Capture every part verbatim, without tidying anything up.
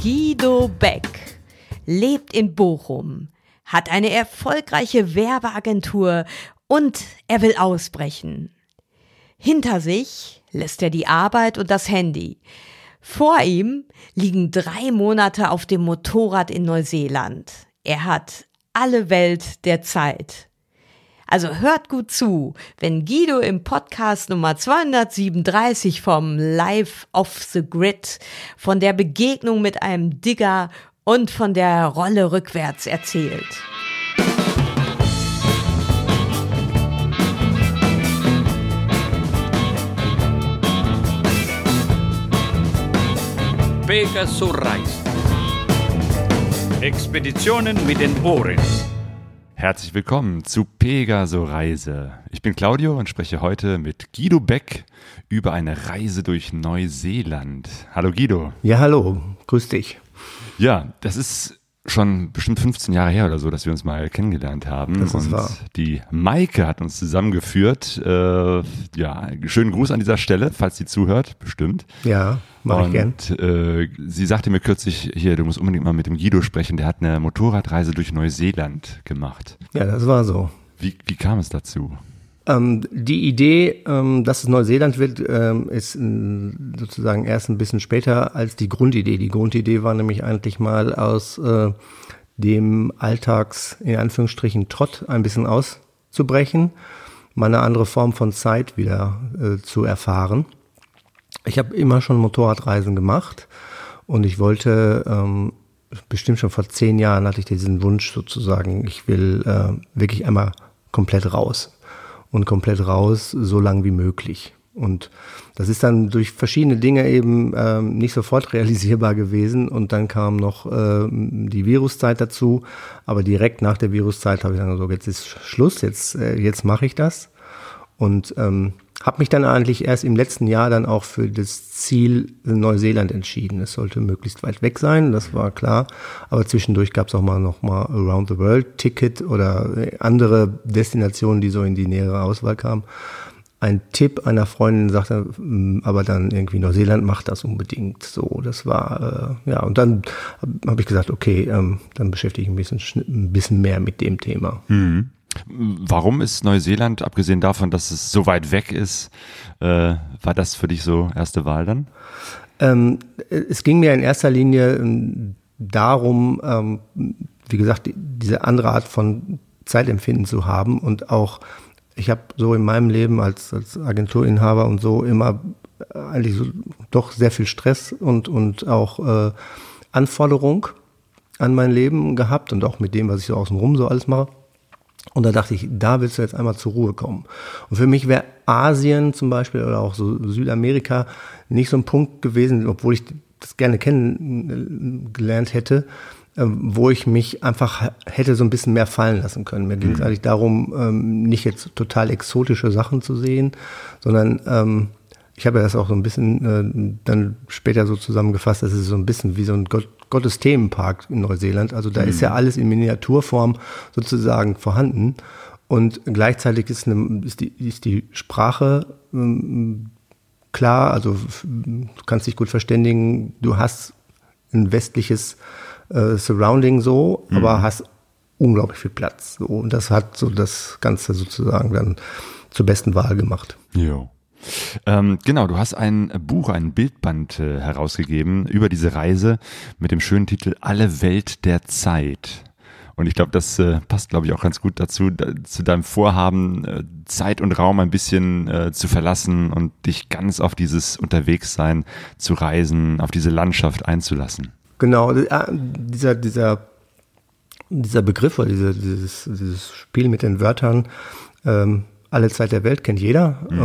Guido Beck lebt in Bochum, hat eine erfolgreiche Werbeagentur und er will ausbrechen. Hinter sich lässt er die Arbeit und das Handy. Vor ihm liegen drei Monate auf dem Motorrad in Neuseeland. Er hat alle Welt der Zeit. Also hört gut zu, wenn Guido im Podcast Nummer zweihundertsiebenunddreißig vom Live off the Grid von der Begegnung mit einem Digger und von der Rolle rückwärts erzählt. Pegaso reist. Expeditionen mit den Ohren. Herzlich willkommen zu Pegaso Reise. Ich bin Claudio und spreche heute mit Guido Beck über eine Reise durch Neuseeland. Hallo Guido. Ja, hallo. Grüß dich. Ja, das ist schon bestimmt fünfzehn Jahre her oder so, dass wir uns mal kennengelernt haben. Das ist und wahr. Die Maike hat uns zusammengeführt. Äh, ja, schönen Gruß an dieser Stelle, falls sie zuhört, bestimmt. Ja, mache ich gern. Und äh, sie sagte mir kürzlich, hier, du musst unbedingt mal mit dem Guido sprechen, der hat eine Motorradreise durch Neuseeland gemacht. Ja, das war so. Wie, wie kam es dazu? Ähm, die Idee, ähm, dass es Neuseeland wird, ähm, ist ähm, sozusagen erst ein bisschen später als die Grundidee. Die Grundidee war nämlich eigentlich mal aus äh, dem Alltags, in Anführungsstrichen, Trott ein bisschen auszubrechen, mal eine andere Form von Zeit wieder äh, zu erfahren. Ich habe immer schon Motorradreisen gemacht und ich wollte, ähm, bestimmt schon vor zehn Jahren hatte ich diesen Wunsch sozusagen, ich will äh, wirklich einmal komplett raus. Und komplett raus, so lang wie möglich. Und das ist dann durch verschiedene Dinge eben ähm, nicht sofort realisierbar gewesen. Und dann kam noch äh, die Viruszeit dazu. Aber direkt nach der Viruszeit habe ich dann gesagt, jetzt ist Schluss, jetzt, äh, jetzt mache ich das. Und ähm, habe mich dann eigentlich erst im letzten Jahr dann auch für das Ziel Neuseeland entschieden. Es sollte möglichst weit weg sein, das war klar. Aber zwischendurch gab es auch mal noch mal Around the World Ticket oder andere Destinationen, die so in die nähere Auswahl kamen. Ein Tipp einer Freundin sagte, aber dann irgendwie Neuseeland macht das unbedingt. So, das war äh, ja. Und dann habe hab ich gesagt, okay, ähm, dann beschäftige ich mich ein bisschen, ein bisschen mehr mit dem Thema. Mhm. Warum ist Neuseeland, abgesehen davon, dass es so weit weg ist, äh, war das für dich so erste Wahl dann? Ähm, es ging mir in erster Linie ähm, darum, ähm, wie gesagt, diese andere Art von Zeitempfinden zu haben und auch, ich habe so in meinem Leben als, als Agenturinhaber und so immer eigentlich so doch sehr viel Stress und, und auch äh, Anforderung an mein Leben gehabt und auch mit dem, was ich so außenrum so alles mache. Und da dachte ich, da willst du jetzt einmal zur Ruhe kommen. Und für mich wäre Asien zum Beispiel oder auch so Südamerika nicht so ein Punkt gewesen, obwohl ich das gerne kennengelernt hätte, wo ich mich einfach hätte so ein bisschen mehr fallen lassen können. Mir ging es eigentlich darum, nicht jetzt total exotische Sachen zu sehen, sondern ähm, ich habe ja das auch so ein bisschen äh, dann später so zusammengefasst, das ist so ein bisschen wie so ein Gott, Gottes Themenpark in Neuseeland. Also da mhm. ist ja alles in Miniaturform sozusagen vorhanden. Und gleichzeitig ist, eine, ist, die, ist die Sprache ähm, klar, also du kannst dich gut verständigen, du hast ein westliches äh, Surrounding so, mhm. aber hast unglaublich viel Platz. So. Und das hat so das Ganze sozusagen dann zur besten Wahl gemacht. Jo. Ähm, genau, du hast ein Buch, ein Bildband äh, herausgegeben über diese Reise mit dem schönen Titel Alle Welt der Zeit. Und ich glaube, das äh, passt, glaube ich, auch ganz gut dazu, da, zu deinem Vorhaben, äh, Zeit und Raum ein bisschen äh, zu verlassen und dich ganz auf dieses Unterwegssein zu reisen, auf diese Landschaft einzulassen. Genau, dieser, dieser, dieser Begriff oder diese, dieses, dieses Spiel mit den Wörtern, ähm, alle Zeit der Welt kennt jeder mhm.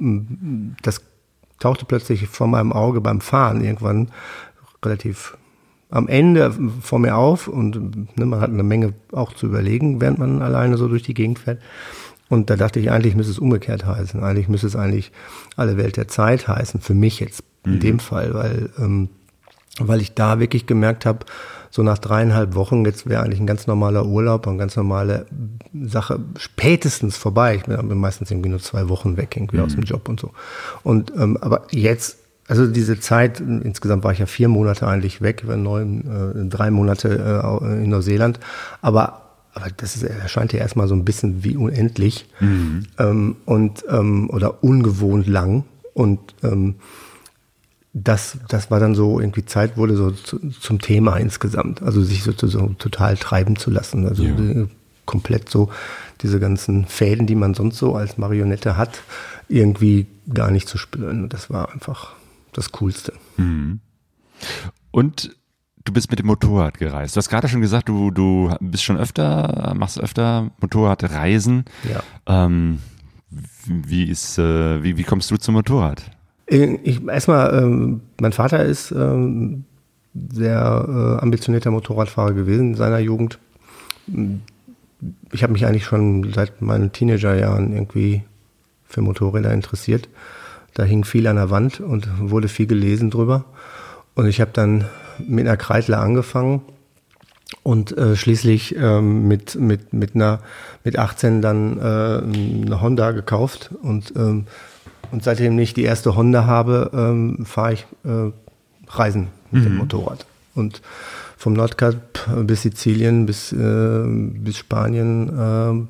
und das tauchte plötzlich vor meinem Auge beim Fahren irgendwann relativ am Ende vor mir auf und ne, man hat eine Menge auch zu überlegen, während man alleine so durch die Gegend fährt. Und da dachte ich, eigentlich müsste es umgekehrt heißen. Eigentlich müsste es eigentlich alle Welt der Zeit heißen, für mich jetzt in mhm. dem Fall, weil, ähm, weil ich da wirklich gemerkt habe, so nach dreieinhalb Wochen, jetzt wäre eigentlich ein ganz normaler Urlaub, eine ganz normale Sache spätestens vorbei. Ich bin meistens irgendwie nur zwei Wochen weg, irgendwie mhm. aus dem Job und so. Und ähm, aber jetzt Also diese Zeit, insgesamt war ich ja vier Monate eigentlich weg, neun, äh, drei Monate äh, in Neuseeland, aber Aber das ist, erscheint ja erstmal so ein bisschen wie unendlich mhm. ähm, und ähm, oder ungewohnt lang. Und ähm, das, das war dann so irgendwie Zeit, wurde so zu, zum Thema insgesamt. Also sich so, so total treiben zu lassen. Also ja. die, komplett so diese ganzen Fäden, die man sonst so als Marionette hat, irgendwie gar nicht zu spüren. Und das war einfach das Coolste. Mhm. Und du bist mit dem Motorrad gereist. Du hast gerade schon gesagt, du, du bist schon öfter, machst öfter Motorradreisen. Ja. Ähm, wie, ist, äh, wie, wie kommst du zum Motorrad? Ich, erstmal, ähm, mein Vater ist ähm, sehr äh, ambitionierter Motorradfahrer gewesen in seiner Jugend. Ich habe mich eigentlich schon seit meinen Teenagerjahren irgendwie für Motorräder interessiert. Da hing viel an der Wand und wurde viel gelesen drüber. Und ich habe dann mit einer Kreidler angefangen und äh, schließlich ähm, mit, mit, mit, einer, mit achtzehn dann äh, eine Honda gekauft. Und, ähm, und seitdem ich die erste Honda habe, ähm, fahre ich äh, Reisen mit mhm. dem Motorrad. Und vom Nordkap bis Sizilien, bis, äh, bis Spanien, äh,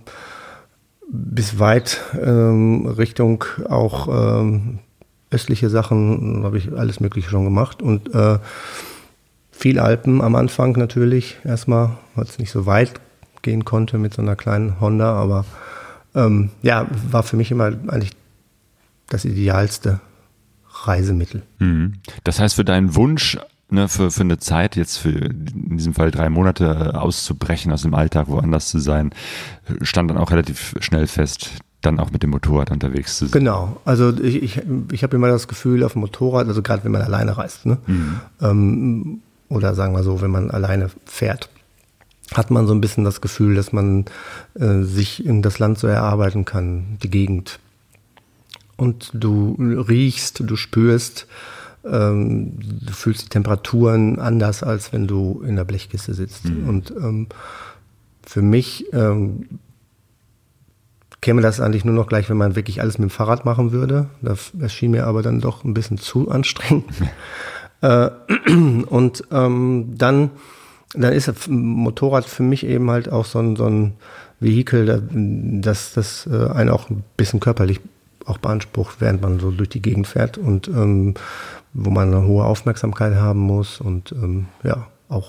bis weit äh, Richtung auch äh, östliche Sachen, habe ich alles Mögliche schon gemacht. Und äh, viel Alpen am Anfang natürlich erstmal, weil es nicht so weit gehen konnte mit so einer kleinen Honda, aber ähm, ja, war für mich immer eigentlich das idealste Reisemittel. Das heißt, für deinen Wunsch, ne, für, für eine Zeit, jetzt für in diesem Fall drei Monate auszubrechen aus dem Alltag, woanders zu sein, stand dann auch relativ schnell fest, dann auch mit dem Motorrad unterwegs zu sein. Genau, also ich, ich, ich habe immer das Gefühl, auf dem Motorrad, also gerade wenn man alleine reist, ne? Mhm. Ähm, oder sagen wir so, wenn man alleine fährt, hat man so ein bisschen das Gefühl, dass man äh, sich in das Land so erarbeiten kann, die Gegend. Und du riechst, du spürst, ähm, du fühlst die Temperaturen anders, als wenn du in der Blechkiste sitzt. Mhm. Und ähm, für mich ähm, käme das eigentlich nur noch gleich, wenn man wirklich alles mit dem Fahrrad machen würde. Das erschien mir aber dann doch ein bisschen zu anstrengend. äh, und ähm, dann, dann ist das Motorrad für mich eben halt auch so ein, so ein Vehikel, das, das äh, einen auch ein bisschen körperlich auch beansprucht, während man so durch die Gegend fährt und ähm, wo man eine hohe Aufmerksamkeit haben muss und ähm, ja, auch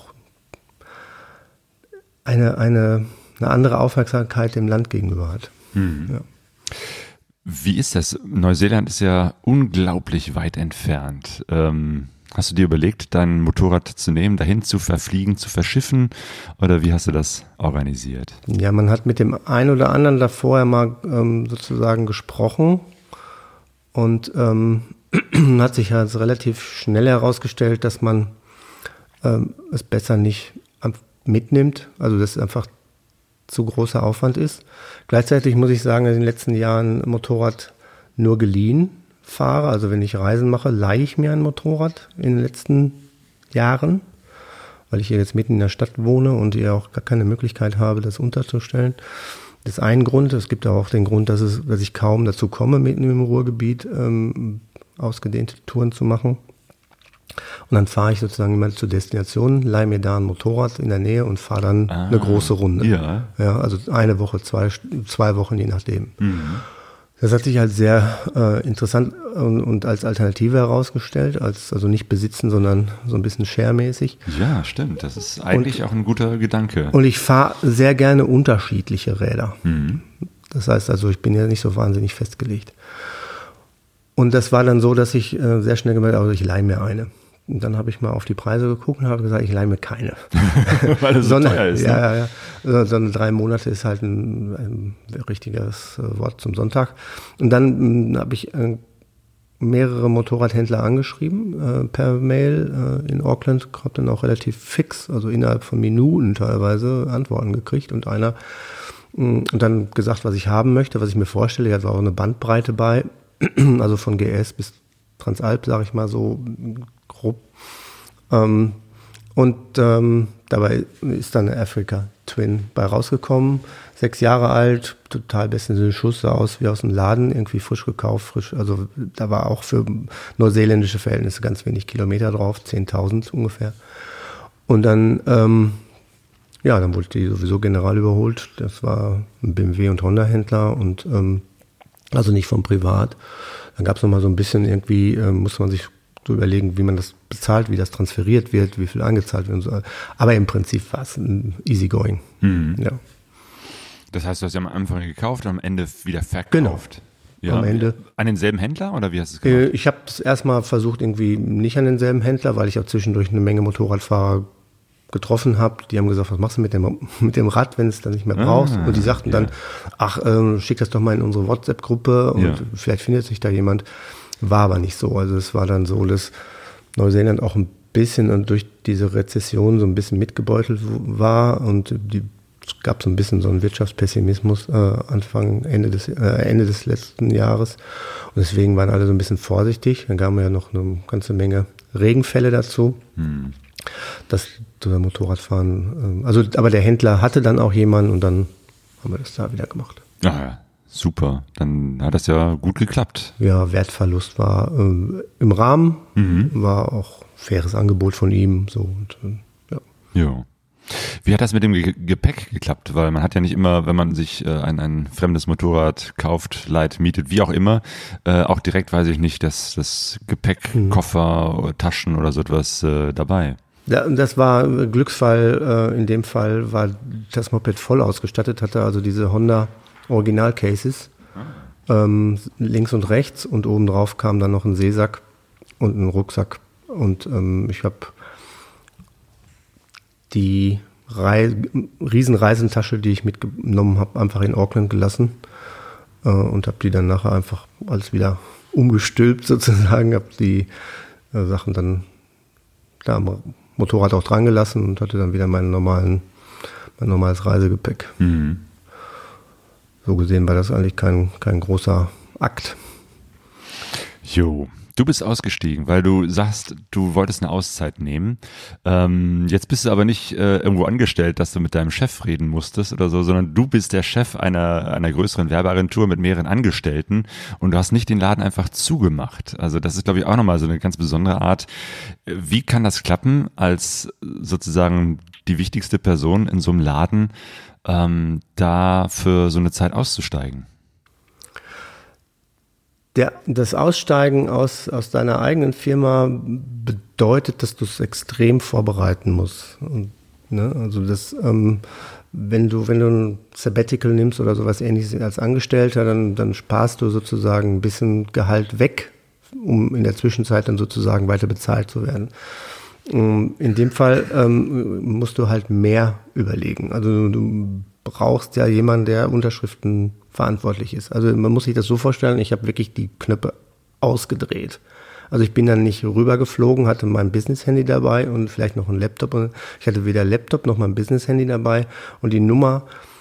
eine, eine, eine andere Aufmerksamkeit dem Land gegenüber hat. Mhm. Ja. Wie ist das? Neuseeland ist ja unglaublich weit entfernt. Ähm, hast du dir überlegt, dein Motorrad zu nehmen, dahin zu verfliegen, zu verschiffen? Oder wie hast du das organisiert? Ja, man hat mit dem einen oder anderen da vorher mal ähm, sozusagen gesprochen und ähm, hat sich halt relativ schnell herausgestellt, dass man ähm, es besser nicht mitnimmt. Also das ist einfach zu großer Aufwand ist. Gleichzeitig muss ich sagen, dass ich in den letzten Jahren Motorrad nur geliehen fahre. Also wenn ich Reisen mache, leihe ich mir ein Motorrad in den letzten Jahren, weil ich hier jetzt mitten in der Stadt wohne und hier auch gar keine Möglichkeit habe, das unterzustellen. Das ist ein Grund. Es gibt auch den Grund, dass, es, dass ich kaum dazu komme, mitten im Ruhrgebiet ähm, ausgedehnte Touren zu machen. Und dann fahre ich sozusagen immer zur Destination, leihe mir da ein Motorrad in der Nähe und fahre dann ah, eine große Runde. Ja. Ja, also eine Woche, zwei, zwei Wochen, je nachdem. Mhm. Das hat sich halt sehr äh, interessant und, und als Alternative herausgestellt, als also nicht besitzen, sondern so ein bisschen share-mäßig. Ja, stimmt. Das ist eigentlich und, auch ein guter Gedanke. Und ich fahre sehr gerne unterschiedliche Räder. Mhm. Das heißt also, ich bin ja nicht so wahnsinnig festgelegt. Und das war dann so, dass ich äh, sehr schnell gemerkt habe, also ich leihe mir eine. Und dann habe ich mal auf die Preise geguckt und habe gesagt, ich leihe mir keine. Weil das so Sondern, teuer ist. Ja, ne? ja, ja. So eine drei Monate ist halt ein, ein richtiges Wort zum Sonntag. Und dann äh, habe ich äh, mehrere Motorradhändler angeschrieben äh, per Mail äh, in Auckland. Habe dann auch relativ fix, also innerhalb von Minuten teilweise Antworten gekriegt. Und einer äh, und dann gesagt, was ich haben möchte, was ich mir vorstelle. Da war auch eine Bandbreite bei. Also von G S bis Transalp, sage ich mal so grob. Ähm, und ähm, dabei ist dann eine Africa Twin bei rausgekommen. Sechs Jahre alt, total besten Schuss, sah aus wie aus dem Laden, irgendwie frisch gekauft, frisch. Also da war auch für neuseeländische Verhältnisse ganz wenig Kilometer drauf, zehntausend ungefähr. Und dann, ähm, ja, dann wurde die sowieso general überholt. Das war ein B M W- und Honda-Händler und ähm, also nicht vom Privat. Dann gab es nochmal so ein bisschen irgendwie, äh, musste man sich so überlegen, wie man das bezahlt, wie das transferiert wird, wie viel angezahlt wird und so. Aber im Prinzip war es ein easygoing. Mhm. Ja. Das heißt, du hast ja am Anfang gekauft und am Ende wieder verkauft. Genau. Ja. Am Ende. An denselben Händler oder wie hast du es gemacht? Äh, ich habe es erstmal versucht, irgendwie nicht an denselben Händler, weil ich auch zwischendurch eine Menge Motorradfahrer getroffen habe. Die haben gesagt, was machst du mit dem, mit dem Rad, wenn du es dann nicht mehr brauchst? Ah, und die sagten ja. dann, ach, ähm, schick das doch mal in unsere WhatsApp-Gruppe und ja. vielleicht findet sich da jemand. War aber nicht so. Also es war dann so, dass Neuseeland auch ein bisschen und durch diese Rezession so ein bisschen mitgebeutelt war und die, es gab so ein bisschen so einen Wirtschaftspessimismus äh, Anfang, Ende des, äh, Ende des letzten Jahres und deswegen waren alle so ein bisschen vorsichtig. Dann kamen ja noch eine ganze Menge Regenfälle dazu. Hm. Das das Motorradfahren, äh, also aber der Händler hatte dann auch jemanden und dann haben wir das da wieder gemacht. Ah, ja. Super, dann hat das ja gut geklappt. Ja, Wertverlust war äh, im Rahmen, mhm. war auch faires Angebot von ihm. So und, äh, ja. Jo. Wie hat das mit dem Ge- Gepäck geklappt? Weil man hat ja nicht immer, wenn man sich äh, ein, ein fremdes Motorrad kauft, leiht, mietet, wie auch immer, äh, auch direkt, weiß ich nicht, das, das Gepäck, mhm. Koffer, oder Taschen oder so etwas äh, dabei. Ja, das war Glücksfall, äh, in dem Fall war das Moped voll ausgestattet, hatte also diese Honda Original-Cases, ähm, links und rechts und obendrauf kam dann noch ein Seesack und ein Rucksack und ähm, ich habe die Rei- Riesenreisentasche, die ich mitgenommen habe, einfach in Auckland gelassen äh, und habe die dann nachher einfach alles wieder umgestülpt sozusagen, habe die äh, Sachen dann da am Motorrad auch dran gelassen und hatte dann wieder meinen normalen, mein normales Reisegepäck. Mhm. So gesehen war das eigentlich kein, kein großer Akt. Jo, du bist ausgestiegen, weil du sagst, du wolltest eine Auszeit nehmen. Ähm, jetzt bist du aber nicht äh, irgendwo angestellt, dass du mit deinem Chef reden musstest oder so, sondern du bist der Chef einer, einer größeren Werbeagentur mit mehreren Angestellten und du hast nicht den Laden einfach zugemacht. Also das ist, glaube ich, auch nochmal so eine ganz besondere Art. Wie kann das klappen, als sozusagen die wichtigste Person in so einem Laden ähm, da für so eine Zeit auszusteigen? Der, das Aussteigen aus, aus deiner eigenen Firma bedeutet, dass du es extrem vorbereiten musst. Und, ne, also das, ähm, wenn du, wenn du ein Sabbatical nimmst oder sowas Ähnliches als Angestellter, dann, dann sparst du sozusagen ein bisschen Gehalt weg, um in der Zwischenzeit dann sozusagen weiter bezahlt zu werden. In dem Fall ähm, musst du halt mehr überlegen. Also du brauchst ja jemanden, der Unterschriften verantwortlich ist. Also man muss sich das so vorstellen, ich habe wirklich die Knöpfe ausgedreht. Also ich bin dann nicht rübergeflogen, hatte mein Business-Handy dabei und vielleicht noch ein Laptop. Ich hatte weder Laptop noch mein Business-Handy dabei und die Nummer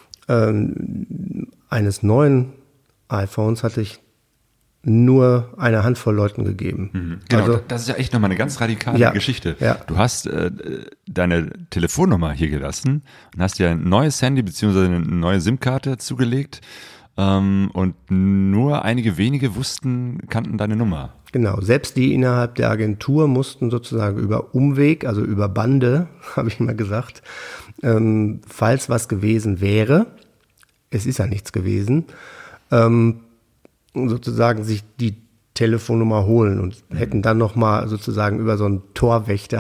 ähm, eines neuen iPhones hatte ich nur eine Handvoll Leuten gegeben. Mhm. Genau, also, das ist ja echt nochmal eine ganz radikale ja, Geschichte. Ja. Du hast äh, deine Telefonnummer hier gelassen und hast dir ein neues Handy bzw. eine neue SIM-Karte zugelegt ähm, und nur einige wenige wussten, kannten deine Nummer. Genau, selbst die innerhalb der Agentur mussten sozusagen über Umweg, also über Bande, habe ich immer gesagt, ähm, falls was gewesen wäre, es ist ja nichts gewesen, ähm, sozusagen sich die Telefonnummer holen und hätten dann nochmal sozusagen über so einen Torwächter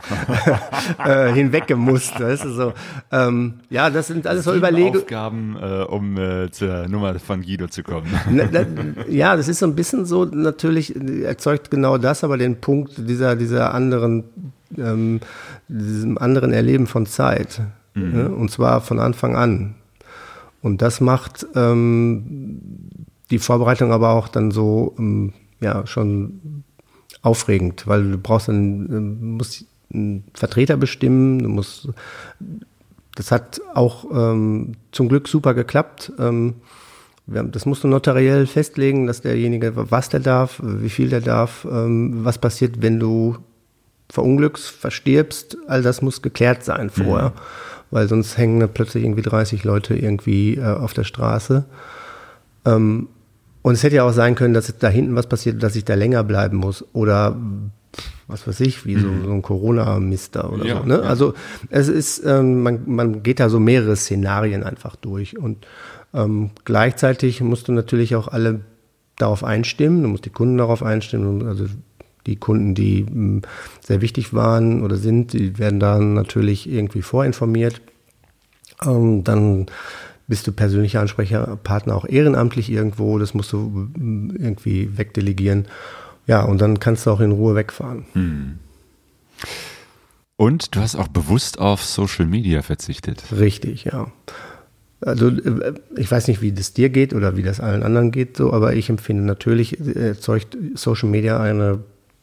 äh, hinweggemusst. Weißt du, so. ähm, ja, das sind alles so Überlegungen. Aufgaben, äh, um äh, zur Nummer von Guido zu kommen. Na, na, ja, das ist so ein bisschen so, natürlich erzeugt genau das, aber den Punkt dieser, dieser anderen, ähm, diesem anderen Erleben von Zeit. Mhm. Ja, und zwar von Anfang an. Und das macht ähm, die Vorbereitung aber auch dann so, ähm, ja, schon aufregend, weil du brauchst dann, du musst einen Vertreter bestimmen, du musst, das hat auch ähm, zum Glück super geklappt. Ähm, wir haben, das musst du notariell festlegen, dass derjenige, was der darf, wie viel der darf, ähm, was passiert, wenn du verunglückst, verstirbst, all das muss geklärt sein vorher, mhm. weil sonst hängen da plötzlich irgendwie dreißig Leute irgendwie äh, auf der Straße. Ähm, und es hätte ja auch sein können, dass da hinten was passiert, dass ich da länger bleiben muss oder was weiß ich, wie so, so ein Corona-Mister oder ja, so. Ne? Ja. Also es ist, ähm, man, man geht da so mehrere Szenarien einfach durch und ähm, gleichzeitig musst du natürlich auch alle darauf einstimmen, du musst die Kunden darauf einstimmen, also die Kunden, die mh, sehr wichtig waren oder sind, die werden dann natürlich irgendwie vorinformiert. Ähm, dann bist du persönlicher Ansprechpartner auch ehrenamtlich irgendwo, das musst du mh, irgendwie wegdelegieren. Ja, und dann kannst du auch in Ruhe wegfahren. Hm. Und du hast auch bewusst auf Social Media verzichtet. Richtig, ja. Also ich weiß nicht, wie das dir geht oder wie das allen anderen geht, so, aber ich empfinde natürlich, erzeugt Social Media eine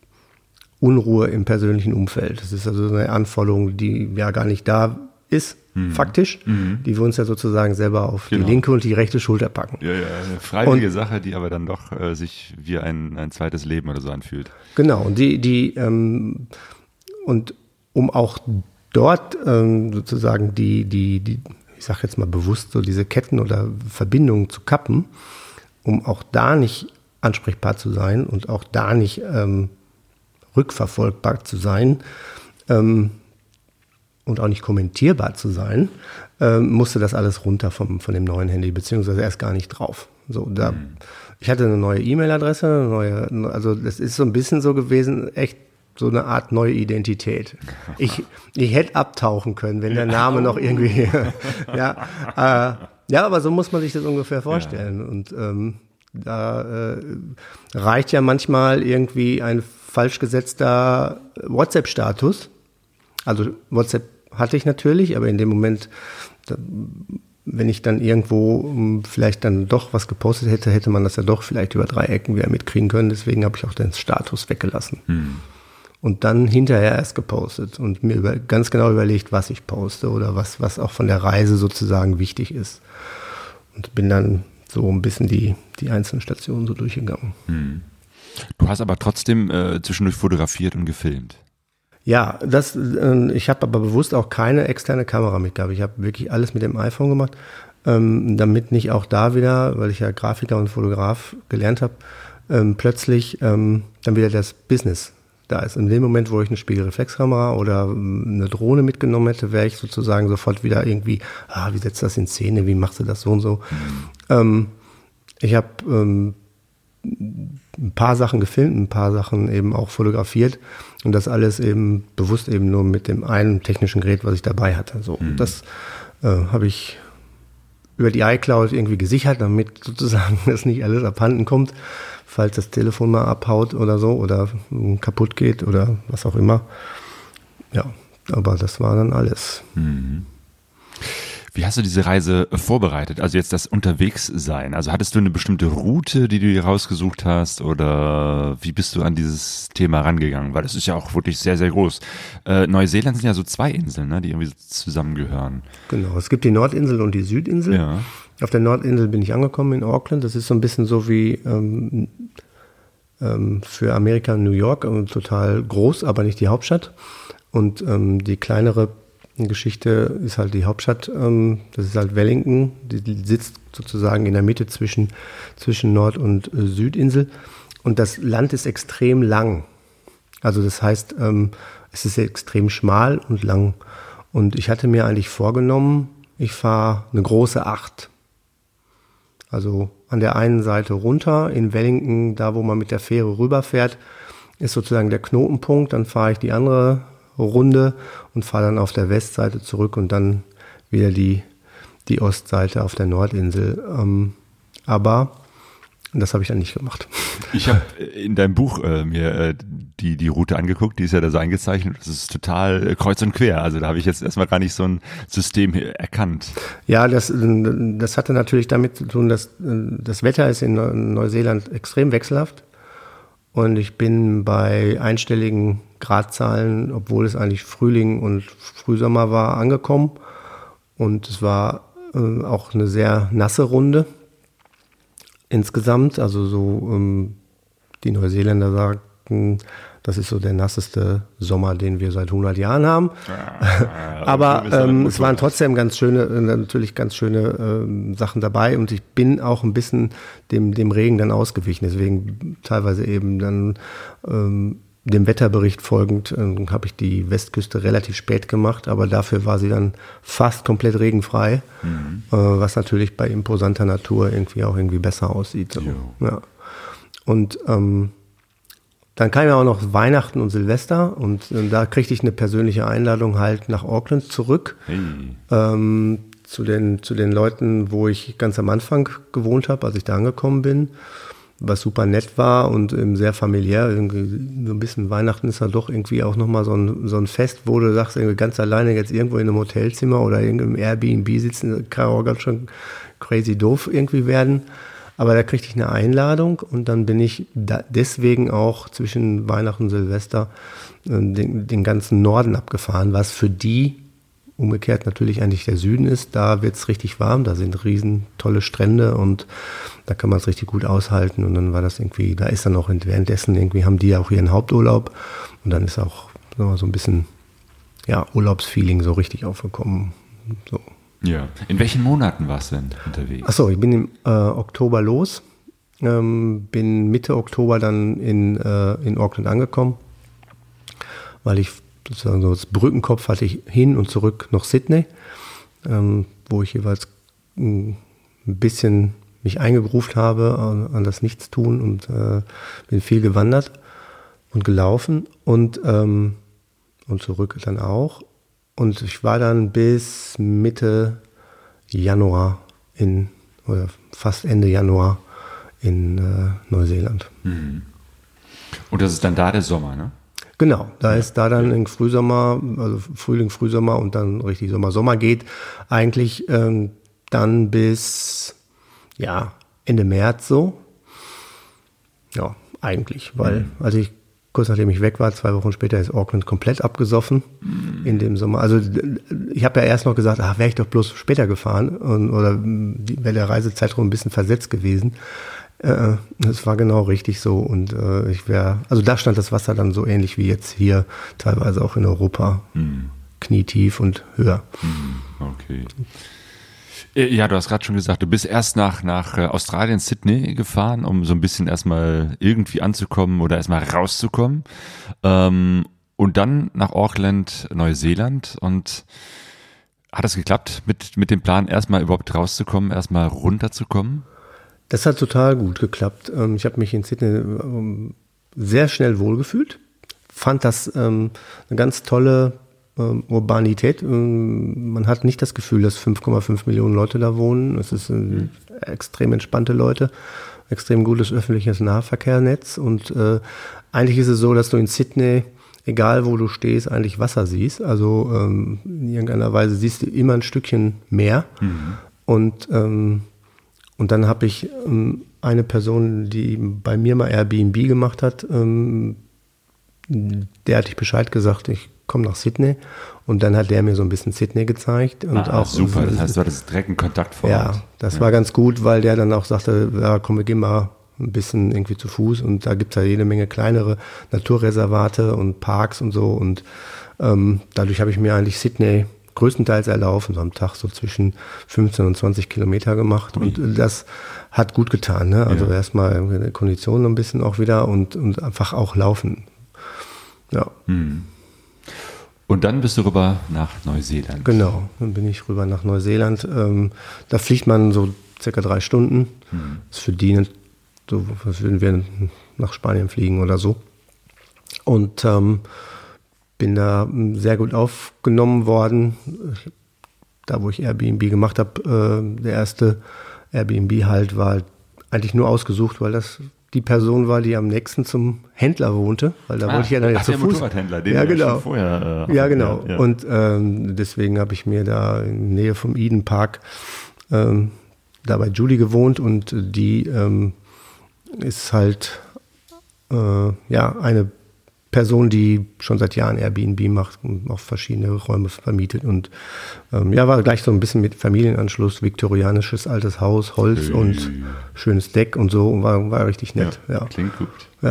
Unruhe im persönlichen Umfeld. Das ist also eine Anforderung, die ja gar nicht da ist, mhm. faktisch, mhm. die wir uns ja sozusagen selber auf genau. die linke und die rechte Schulter packen. Ja, ja, eine freiwillige und, Sache, die aber dann doch äh, sich wie ein, ein zweites Leben oder so anfühlt. Genau, und die, die, ähm, und um auch dort ähm, sozusagen die, die, die, ich sage jetzt mal bewusst so diese Ketten oder Verbindungen zu kappen, um auch da nicht ansprechbar zu sein und auch da nicht ähm, rückverfolgbar zu sein, ähm, und auch nicht kommentierbar zu sein, ähm, musste das alles runter vom, von dem neuen Handy, beziehungsweise erst gar nicht drauf. So, da, mhm. Ich hatte eine neue E-Mail-Adresse, eine neue, also das ist so ein bisschen so gewesen, echt so eine Art neue Identität. Ich, ich hätte abtauchen können, wenn der Name noch irgendwie, ja, äh, ja, aber so muss man sich das ungefähr vorstellen. Ja. Und ähm, da äh, reicht ja manchmal irgendwie ein falsch gesetzter WhatsApp-Status. Also WhatsApp hatte ich natürlich, aber in dem Moment, da, wenn ich dann irgendwo um, vielleicht dann doch was gepostet hätte, hätte man das ja doch vielleicht über drei Ecken wieder mitkriegen können. Deswegen habe ich auch den Status weggelassen. Hm. Und dann hinterher erst gepostet und mir über, ganz genau überlegt, was ich poste oder was, was auch von der Reise sozusagen wichtig ist. Und bin dann so ein bisschen die, die einzelnen Stationen so durchgegangen. Hm. Du hast aber trotzdem äh, zwischendurch fotografiert und gefilmt. Ja, das, äh, ich habe aber bewusst auch keine externe Kamera mitgehabt. Ich habe wirklich alles mit dem iPhone gemacht, ähm, damit nicht auch da wieder, weil ich ja Grafiker und Fotograf gelernt habe, ähm, plötzlich ähm, dann wieder das Business da ist. In dem Moment, wo ich eine Spiegelreflexkamera oder ähm, eine Drohne mitgenommen hätte, wäre ich sozusagen sofort wieder irgendwie, ah, wie setzt du das in Szene, wie machst du das so und so. Mhm. Ähm, ich habe ähm, ein paar Sachen gefilmt, ein paar Sachen eben auch fotografiert und das alles eben bewusst eben nur mit dem einen technischen Gerät, was ich dabei hatte. So, mhm. Das äh, habe ich über die iCloud irgendwie gesichert, damit sozusagen das nicht alles abhanden kommt, falls das Telefon mal abhaut oder so oder äh, kaputt geht oder was auch immer. Ja, aber das war dann alles. Mhm. Wie hast du diese Reise vorbereitet? Also jetzt das Unterwegssein. Also hattest du eine bestimmte Route, die du dir rausgesucht hast oder wie bist du an dieses Thema rangegangen? Weil das ist ja auch wirklich sehr, sehr groß. Äh, Neuseeland sind ja so zwei Inseln, ne, die irgendwie so zusammengehören. Genau, es gibt die Nordinsel und die Südinsel. Ja. Auf der Nordinsel bin ich angekommen in Auckland. Das ist so ein bisschen so wie ähm, ähm, für Amerika New York, ähm, total groß, aber nicht die Hauptstadt. Und ähm, die kleinere Geschichte ist halt die Hauptstadt, ähm, das ist halt Wellington, die, die sitzt sozusagen in der Mitte zwischen, zwischen Nord- und äh, Südinsel und das Land ist extrem lang. Also das heißt, ähm, es ist extrem schmal und lang und ich hatte mir eigentlich vorgenommen, ich fahre eine große Acht. Also an der einen Seite runter in Wellington, da wo man mit der Fähre rüberfährt, ist sozusagen der Knotenpunkt, dann fahre ich die andere Runde und fahre dann auf der Westseite zurück und dann wieder die, die Ostseite auf der Nordinsel. Ähm, aber das habe ich dann nicht gemacht. Ich habe in deinem Buch äh, mir äh, die, die Route angeguckt, die ist ja da so eingezeichnet. Das ist total äh, kreuz und quer. Also da habe ich jetzt erstmal gar nicht so ein System erkannt. Ja, das, das hatte natürlich damit zu tun, dass das Wetter ist in Neuseeland extrem wechselhaft. Und ich bin bei einstelligen Gradzahlen, obwohl es eigentlich Frühling und Frühsommer war, angekommen. Und es war äh, auch eine sehr nasse Runde insgesamt. Also so, ähm, die Neuseeländer sagen mh, das ist so der nasseste Sommer, den wir seit hundert Jahren haben. Ah, aber ähm, es waren trotzdem ganz schöne, natürlich ganz schöne ähm, Sachen dabei und ich bin auch ein bisschen dem, dem Regen dann ausgewichen. Deswegen teilweise eben dann ähm, dem Wetterbericht folgend äh, habe ich die Westküste relativ spät gemacht, aber dafür war sie dann fast komplett regenfrei, mhm. äh, was natürlich bei imposanter Natur irgendwie auch irgendwie besser aussieht. So. Ja. Und ähm, dann kam ja auch noch Weihnachten und Silvester und äh, da kriegte ich eine persönliche Einladung halt nach Auckland zurück. Hey. Ähm, zu den, zu den Leuten, wo ich ganz am Anfang gewohnt habe, als ich da angekommen bin, was super nett war und ähm, sehr familiär. Irgendwie so ein bisschen Weihnachten ist ja doch irgendwie auch nochmal so ein, so ein Fest, wo du sagst, irgendwie ganz alleine jetzt irgendwo in einem Hotelzimmer oder im Airbnb sitzen, kann auch ganz schön crazy doof irgendwie werden. Aber da kriegte ich eine Einladung und dann bin ich da deswegen auch zwischen Weihnachten und Silvester äh, den, den ganzen Norden abgefahren, was für die umgekehrt natürlich eigentlich der Süden ist. Da wird es richtig warm, da sind riesen tolle Strände und da kann man es richtig gut aushalten. Und dann war das irgendwie, da ist dann auch währenddessen irgendwie, haben die ja auch ihren Haupturlaub und dann ist auch so ein bisschen ja, Urlaubsfeeling so richtig aufgekommen. So. Ja. In welchen Monaten warst du denn unterwegs? Achso, ich bin im äh, Oktober los, ähm, bin Mitte Oktober dann in, äh, in Auckland angekommen, weil ich sozusagen so als Brückenkopf hatte ich hin und zurück nach Sydney, ähm, wo ich jeweils ein bisschen mich eingegruft habe an, an das Nichtstun und äh, bin viel gewandert und gelaufen und, ähm, und zurück dann auch. Und ich war dann bis Mitte Januar in, oder fast Ende Januar in äh, Neuseeland. Mhm. Und das ist dann da der Sommer, ne? Genau, da ja. ist da dann im Frühsommer, also Frühling, Frühsommer und dann richtig Sommer. Sommer geht eigentlich ähm, dann bis ja, Ende März so. Ja, eigentlich, weil mhm. als ich kurz nachdem ich weg war, zwei Wochen später ist Auckland komplett abgesoffen mhm. in dem Sommer. Also ich habe ja erst noch gesagt, ach, wäre ich doch bloß später gefahren und, oder wäre der Reisezeitraum ein bisschen versetzt gewesen. Äh, das war genau richtig so und äh, ich wäre, also da stand das Wasser dann so ähnlich wie jetzt hier, teilweise auch in Europa, mhm. knietief und höher. Mhm. Okay. Ja, du hast gerade schon gesagt, du bist erst nach, nach Australien, Sydney gefahren, um so ein bisschen erstmal irgendwie anzukommen oder erstmal rauszukommen. Ähm, und dann nach Auckland, Neuseeland. Und hat das geklappt mit, mit dem Plan, erstmal überhaupt rauszukommen, erstmal runterzukommen? Das hat total gut geklappt. Ich habe mich in Sydney sehr schnell wohlgefühlt. Fand das eine ganz tolle Urbanität. Man hat nicht das Gefühl, dass fünf Komma fünf Millionen Leute da wohnen. Es ist ein, extrem entspannte Leute, extrem gutes öffentliches Nahverkehrnetz und äh, eigentlich ist es so, dass du in Sydney, egal wo du stehst, eigentlich Wasser siehst. Also ähm, in irgendeiner Weise siehst du immer ein Stückchen mehr. Mhm. Und, ähm, und dann habe ich ähm, eine Person, die bei mir mal Airbnb gemacht hat, ähm, der hatte ich Bescheid gesagt, ich komme nach Sydney und dann hat der mir so ein bisschen Sydney gezeigt. Und ah, auch super, das heißt, du hattest direkt einen Kontakt vor Ort. Ja, das ja. war ganz gut, weil der dann auch sagte, ja komm, wir gehen mal ein bisschen irgendwie zu Fuß und da gibt es ja jede Menge kleinere Naturreservate und Parks und so und ähm, dadurch habe ich mir eigentlich Sydney größtenteils erlaufen, so am Tag so zwischen fünfzehn und zwanzig Kilometer gemacht und Ui. Das hat gut getan, ne? Also ja. erstmal die Kondition ein bisschen auch wieder und, und einfach auch laufen. Ja. Hm. Und dann bist du rüber nach Neuseeland. Genau, dann bin ich rüber nach Neuseeland. Ähm, da fliegt man so circa drei Stunden. Hm. Das ist für die nicht so, als würden wir nach Spanien fliegen oder so. Und ähm, bin da sehr gut aufgenommen worden. Da, wo ich Airbnb gemacht habe, äh, der erste Airbnb halt war eigentlich nur ausgesucht, weil das die Person war, die am nächsten zum Händler wohnte, weil da ah, wollte ich ja dann jetzt zu Fuß. Motorradhändler, den ja, genau. Ja, schon vorher, äh, ja, genau. Ja. Und ähm, deswegen habe ich mir da in der Nähe vom Eden Park ähm, da bei Julie gewohnt und die ähm, ist halt äh, ja eine Person, die schon seit Jahren Airbnb macht und auch verschiedene Räume vermietet und ähm, ja, war gleich so ein bisschen mit Familienanschluss, viktorianisches altes Haus, Holz hey. und schönes Deck und so und war, war richtig nett. Ja, ja. Klingt gut. Ja.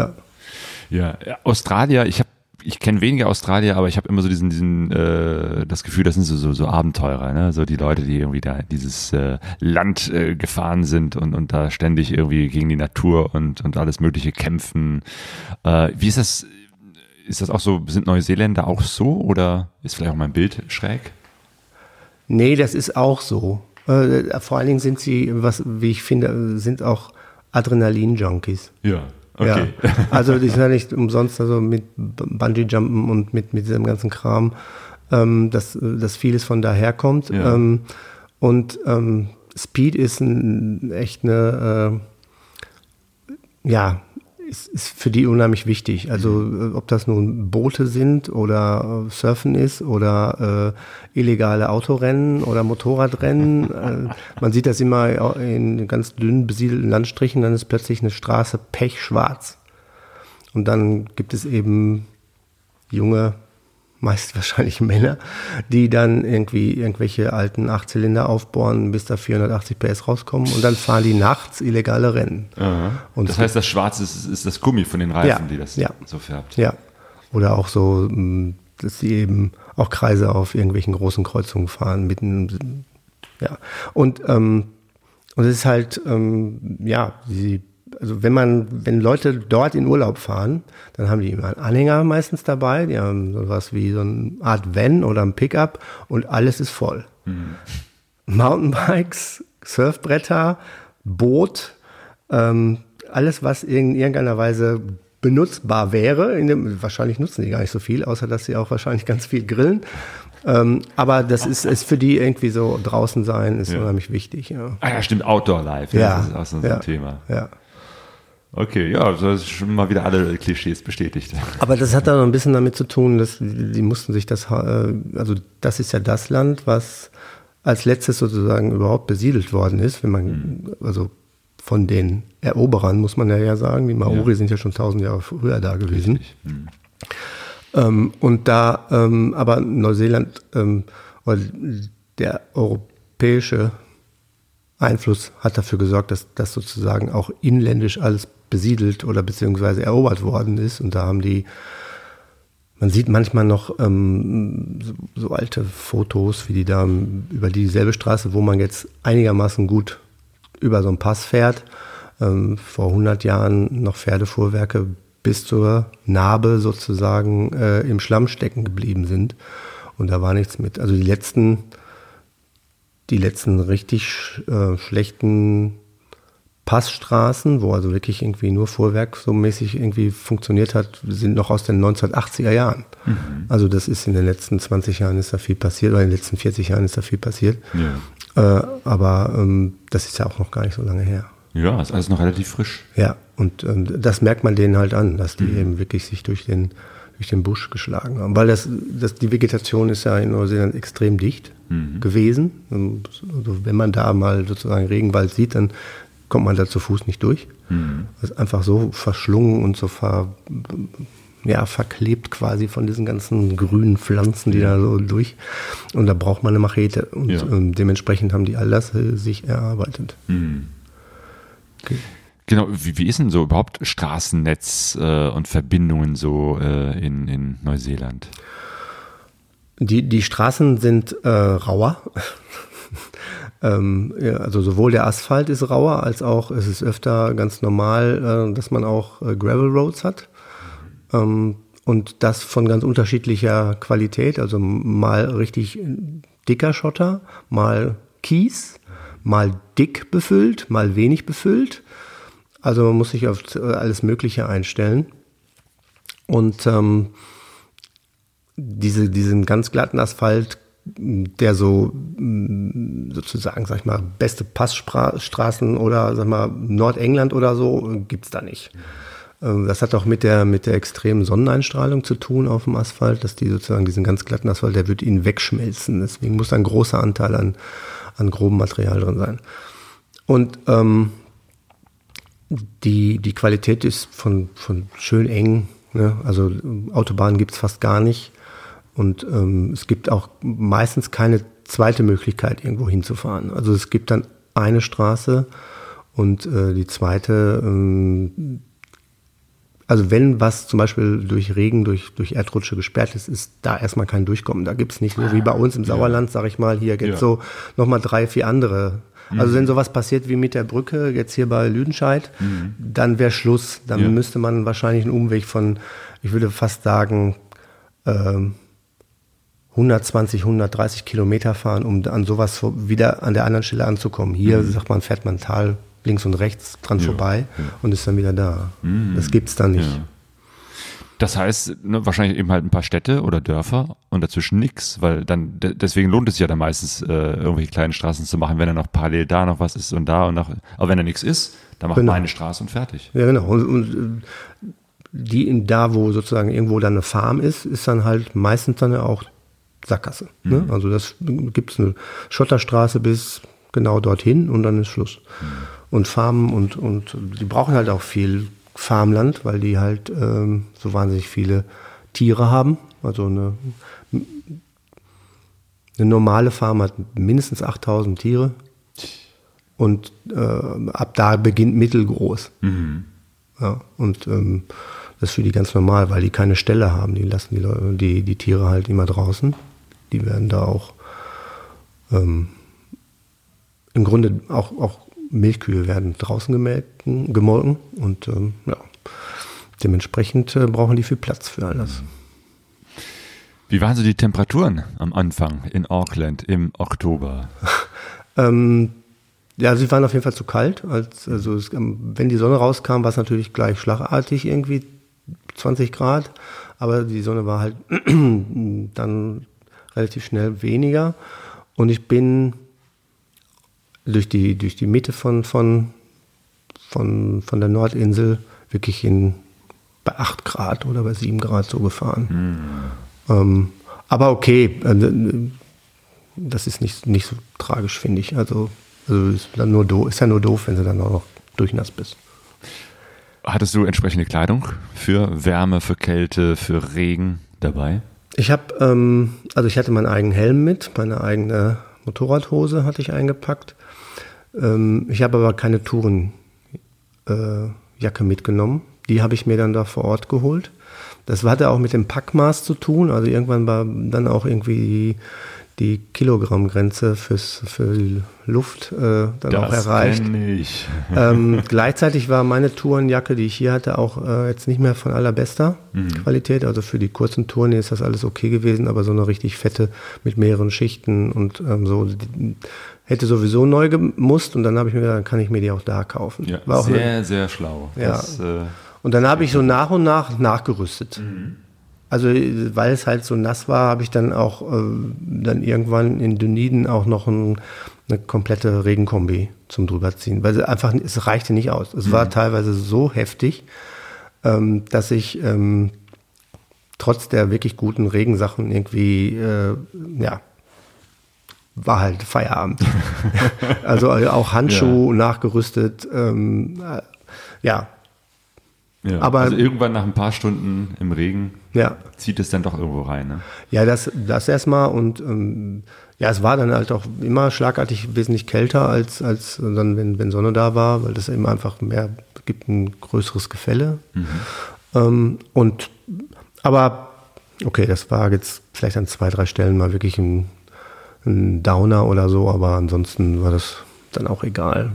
Ja, Australier, ich habe ich kenne wenige Australier, aber ich habe immer so diesen, diesen, äh, das Gefühl, das sind so, so, so Abenteurer, ne? So die Leute, die irgendwie da dieses äh, Land äh, gefahren sind und, und da ständig irgendwie gegen die Natur und, und alles Mögliche kämpfen. Äh, wie ist das, ist das auch so, sind Neuseeländer auch so oder ist vielleicht auch mein Bild schräg? Nee, das ist auch so. Äh, vor allen Dingen sind sie, was, wie ich finde, sind auch Adrenalin-Junkies. Ja. Okay. Ja, also die sind ja nicht umsonst, also mit Bungee-Jumpen und mit, mit diesem ganzen Kram, ähm, dass, dass vieles von daher kommt. Ja. Ähm, und ähm, Speed ist ein, echt eine, äh, ja, ist, ist für die unheimlich wichtig. Also mhm. ob das nun Boote sind oder äh, Surfen ist oder äh, illegale Autorennen oder Motorradrennen. äh, man sieht das immer in ganz dünn besiedelten Landstrichen, dann ist plötzlich eine Straße pechschwarz. Und dann gibt es eben junge, meist wahrscheinlich Männer, die dann irgendwie irgendwelche alten Achtzylinder aufbohren, bis da vierhundertachtzig P S rauskommen und dann fahren die nachts illegale Rennen. Und das heißt, das Schwarze ist, ist das Gummi von den Reifen, ja, die das ja, so färbt. Ja, oder auch so, dass sie eben auch Kreise auf irgendwelchen großen Kreuzungen fahren, mitten, ja. Und, ähm, und es ist halt, ähm, ja, sie Also wenn man, wenn Leute dort in Urlaub fahren, dann haben die immer einen Anhänger meistens dabei, die haben sowas wie so eine Art Van oder ein Pickup und alles ist voll. Mhm. Mountainbikes, Surfbretter, Boot, ähm, alles was in irgendeiner Weise benutzbar wäre. In dem, wahrscheinlich nutzen die gar nicht so viel, außer dass sie auch wahrscheinlich ganz viel grillen. Ähm, aber das ist, ist für die irgendwie so, draußen sein ist ja. unheimlich wichtig. Ja. Ah ja, stimmt, Outdoor Life, ja, das ist auch so ja, ein Thema. Ja. Okay, ja, das ist schon mal wieder alle Klischees bestätigt. Aber das hat dann noch ein bisschen damit zu tun, dass die, die mussten sich das, also das ist ja das Land, was als letztes sozusagen überhaupt besiedelt worden ist, wenn man, mhm. also von den Eroberern muss man ja, ja sagen, die Maori ja. sind ja schon tausend Jahre früher da gewesen. Mhm. Ähm, und da, ähm, aber Neuseeland, ähm, der europäische Einfluss hat dafür gesorgt, dass das sozusagen auch inländisch alles besiedelt oder beziehungsweise erobert worden ist. Und da haben die, man sieht manchmal noch ähm, so, so alte Fotos, wie die da über dieselbe Straße, wo man jetzt einigermaßen gut über so einen Pass fährt, ähm, vor hundert Jahren noch Pferdefuhrwerke bis zur Narbe sozusagen äh, im Schlamm stecken geblieben sind. Und da war nichts mit. Also die letzten, die letzten richtig äh, schlechten Passstraßen, wo also wirklich irgendwie nur Fuhrwerk so mäßig irgendwie funktioniert hat, sind noch aus den neunzehnhundertachtziger Jahren. Mhm. Also das ist in den letzten zwanzig Jahren ist da viel passiert, oder in den letzten vierzig Jahren ist da viel passiert. Ja. Äh, aber ähm, das ist ja auch noch gar nicht so lange her. Ja, ist alles noch relativ frisch. Ja, und ähm, das merkt man denen halt an, dass die mhm. eben wirklich sich durch den, durch den Busch geschlagen haben. Weil das, das, die Vegetation ist ja in Neuseeland extrem dicht mhm. gewesen. Also wenn man da mal sozusagen Regenwald sieht, dann kommt man da zu Fuß nicht durch. Mhm. Das ist einfach so verschlungen und so ver, ja, verklebt quasi von diesen ganzen grünen Pflanzen, die ja. da so durch. Und da braucht man eine Machete. Und ja. ähm, dementsprechend haben die all das äh, sich erarbeitet. Mhm. Okay. Genau, wie, wie ist denn so überhaupt Straßennetz äh, und Verbindungen so äh, in, in Neuseeland? Die, die Straßen sind äh, rauer. ähm, ja, also sowohl der Asphalt ist rauer, als auch es ist öfter ganz normal, äh, dass man auch äh, Gravel Roads hat. Ähm, und das von ganz unterschiedlicher Qualität, also mal richtig dicker Schotter, mal Kies, mal dick befüllt, mal wenig befüllt. Also man muss sich auf alles Mögliche einstellen. Und ähm, diese, diesen ganz glatten Asphalt, der so sozusagen, sag ich mal, beste Passstraßen oder sag mal Nordengland oder so, gibt's da nicht. Das hat auch mit der, mit der extremen Sonneneinstrahlung zu tun auf dem Asphalt, dass die sozusagen diesen ganz glatten Asphalt, der wird ihnen wegschmelzen. Deswegen muss da ein großer Anteil an, an grobem Material drin sein. Und ähm, die, die Qualität ist von, von schön eng, ne? Also Autobahnen gibt's fast gar nicht. Und ähm, es gibt auch meistens keine zweite Möglichkeit, irgendwo hinzufahren. Also es gibt dann eine Straße und äh, die zweite, ähm, also wenn was zum Beispiel durch Regen, durch, durch Erdrutsche gesperrt ist, ist da erstmal kein Durchkommen. Da gibt es nicht so wie bei uns im Sauerland, sag ich mal, hier gibt es Ja. so nochmal drei, vier andere. Also wenn sowas passiert wie mit der Brücke, jetzt hier bei Lüdenscheid, Mhm. dann wäre Schluss. Dann Ja. müsste man wahrscheinlich einen Umweg von, ich würde fast sagen, ähm, hundertzwanzig, hundertdreißig Kilometer fahren, um an sowas vor- wieder an der anderen Stelle anzukommen. Hier, sagt man, fährt man Tal links und rechts dran Ja, vorbei ja. und ist dann wieder da. Das gibt's dann nicht. Ja. Das heißt, ne, wahrscheinlich eben halt ein paar Städte oder Dörfer und dazwischen nix, weil dann, de- deswegen lohnt es sich ja dann meistens, äh, irgendwelche kleinen Straßen zu machen, wenn dann noch parallel da noch was ist und da und noch, aber wenn da nichts ist, dann macht Genau. man eine Straße und fertig. Ja, genau. Und, und äh, die in, da, wo sozusagen irgendwo dann eine Farm ist, ist dann halt meistens dann ja auch Sackgasse. Ne? Also das gibt's eine Schotterstraße bis genau dorthin und dann ist Schluss. Und Farmen und, und die brauchen halt auch viel Farmland, weil die halt ähm, so wahnsinnig viele Tiere haben. Also eine, eine normale Farm hat mindestens achttausend Tiere und äh, ab da beginnt mittelgroß. Ja, und ähm, das ist für die ganz normal, weil die keine Ställe haben. Die lassen die, Leute, die, die Tiere halt immer draußen. Die werden da auch ähm, im Grunde auch, auch Milchkühe werden draußen gemelken, gemolken und ähm, ja, dementsprechend äh, brauchen die viel Platz für alles. Wie waren so die Temperaturen am Anfang in Auckland im Oktober? Ähm, ja, sie waren auf jeden Fall zu kalt. Als, also es, wenn die Sonne rauskam, war es natürlich gleich schlagartig irgendwie zwanzig Grad, aber die Sonne war halt dann relativ schnell weniger und ich bin durch die, durch die Mitte von, von, von, von der Nordinsel wirklich in, bei acht Grad oder bei sieben Grad so gefahren. Ähm, aber okay, äh, das ist nicht, nicht so tragisch, finde ich. Also, also ist, dann nur doof, ist ja nur doof, wenn du dann auch noch durchnass bist. Hattest du entsprechende Kleidung für Wärme, für Kälte, für Regen dabei? Ich habe, ähm, also ich hatte meinen eigenen Helm mit, meine eigene Motorradhose hatte ich eingepackt. Ähm, ich habe aber keine Tourenjacke äh, mitgenommen. Die habe ich mir dann da vor Ort geholt. Das hatte auch mit dem Packmaß zu tun. Also irgendwann war dann auch irgendwie die, die Kilogrammgrenze fürs, für die Luft äh, dann auch erreicht. kenn ich. Ähm, gleichzeitig war meine Tourenjacke, die ich hier hatte, auch äh, jetzt nicht mehr von allerbester Qualität. Also für die kurzen Touren ist das alles okay gewesen, aber so eine richtig fette mit mehreren Schichten und ähm, so die, hätte sowieso neu gemusst und dann habe ich mir gedacht, dann kann ich mir die auch da kaufen. Ja, War auch sehr, eine, sehr schlau. Ja. Das, äh, und dann habe ich so nach und nach nachgerüstet. Also weil es halt so nass war, habe ich dann auch äh, dann irgendwann in Dunedin auch noch ein, eine komplette Regenkombi zum drüberziehen, weil es einfach, es reichte nicht aus. Es war teilweise so heftig, ähm, dass ich ähm, trotz der wirklich guten Regensachen irgendwie, äh, ja, war halt Feierabend. Also auch Handschuhe nachgerüstet, ähm, äh, ja, ja. Aber- also irgendwann nach ein paar Stunden im Regen ja. zieht es dann doch irgendwo rein. Ne? Ja, das, das erstmal und ähm, ja, es war dann halt auch immer schlagartig wesentlich kälter als, als dann, wenn, wenn Sonne da war, weil das eben einfach mehr gibt, ein größeres Gefälle. Ähm, und aber okay, das war jetzt vielleicht an zwei, drei Stellen mal wirklich ein, ein Downer oder so, aber ansonsten war das dann auch egal.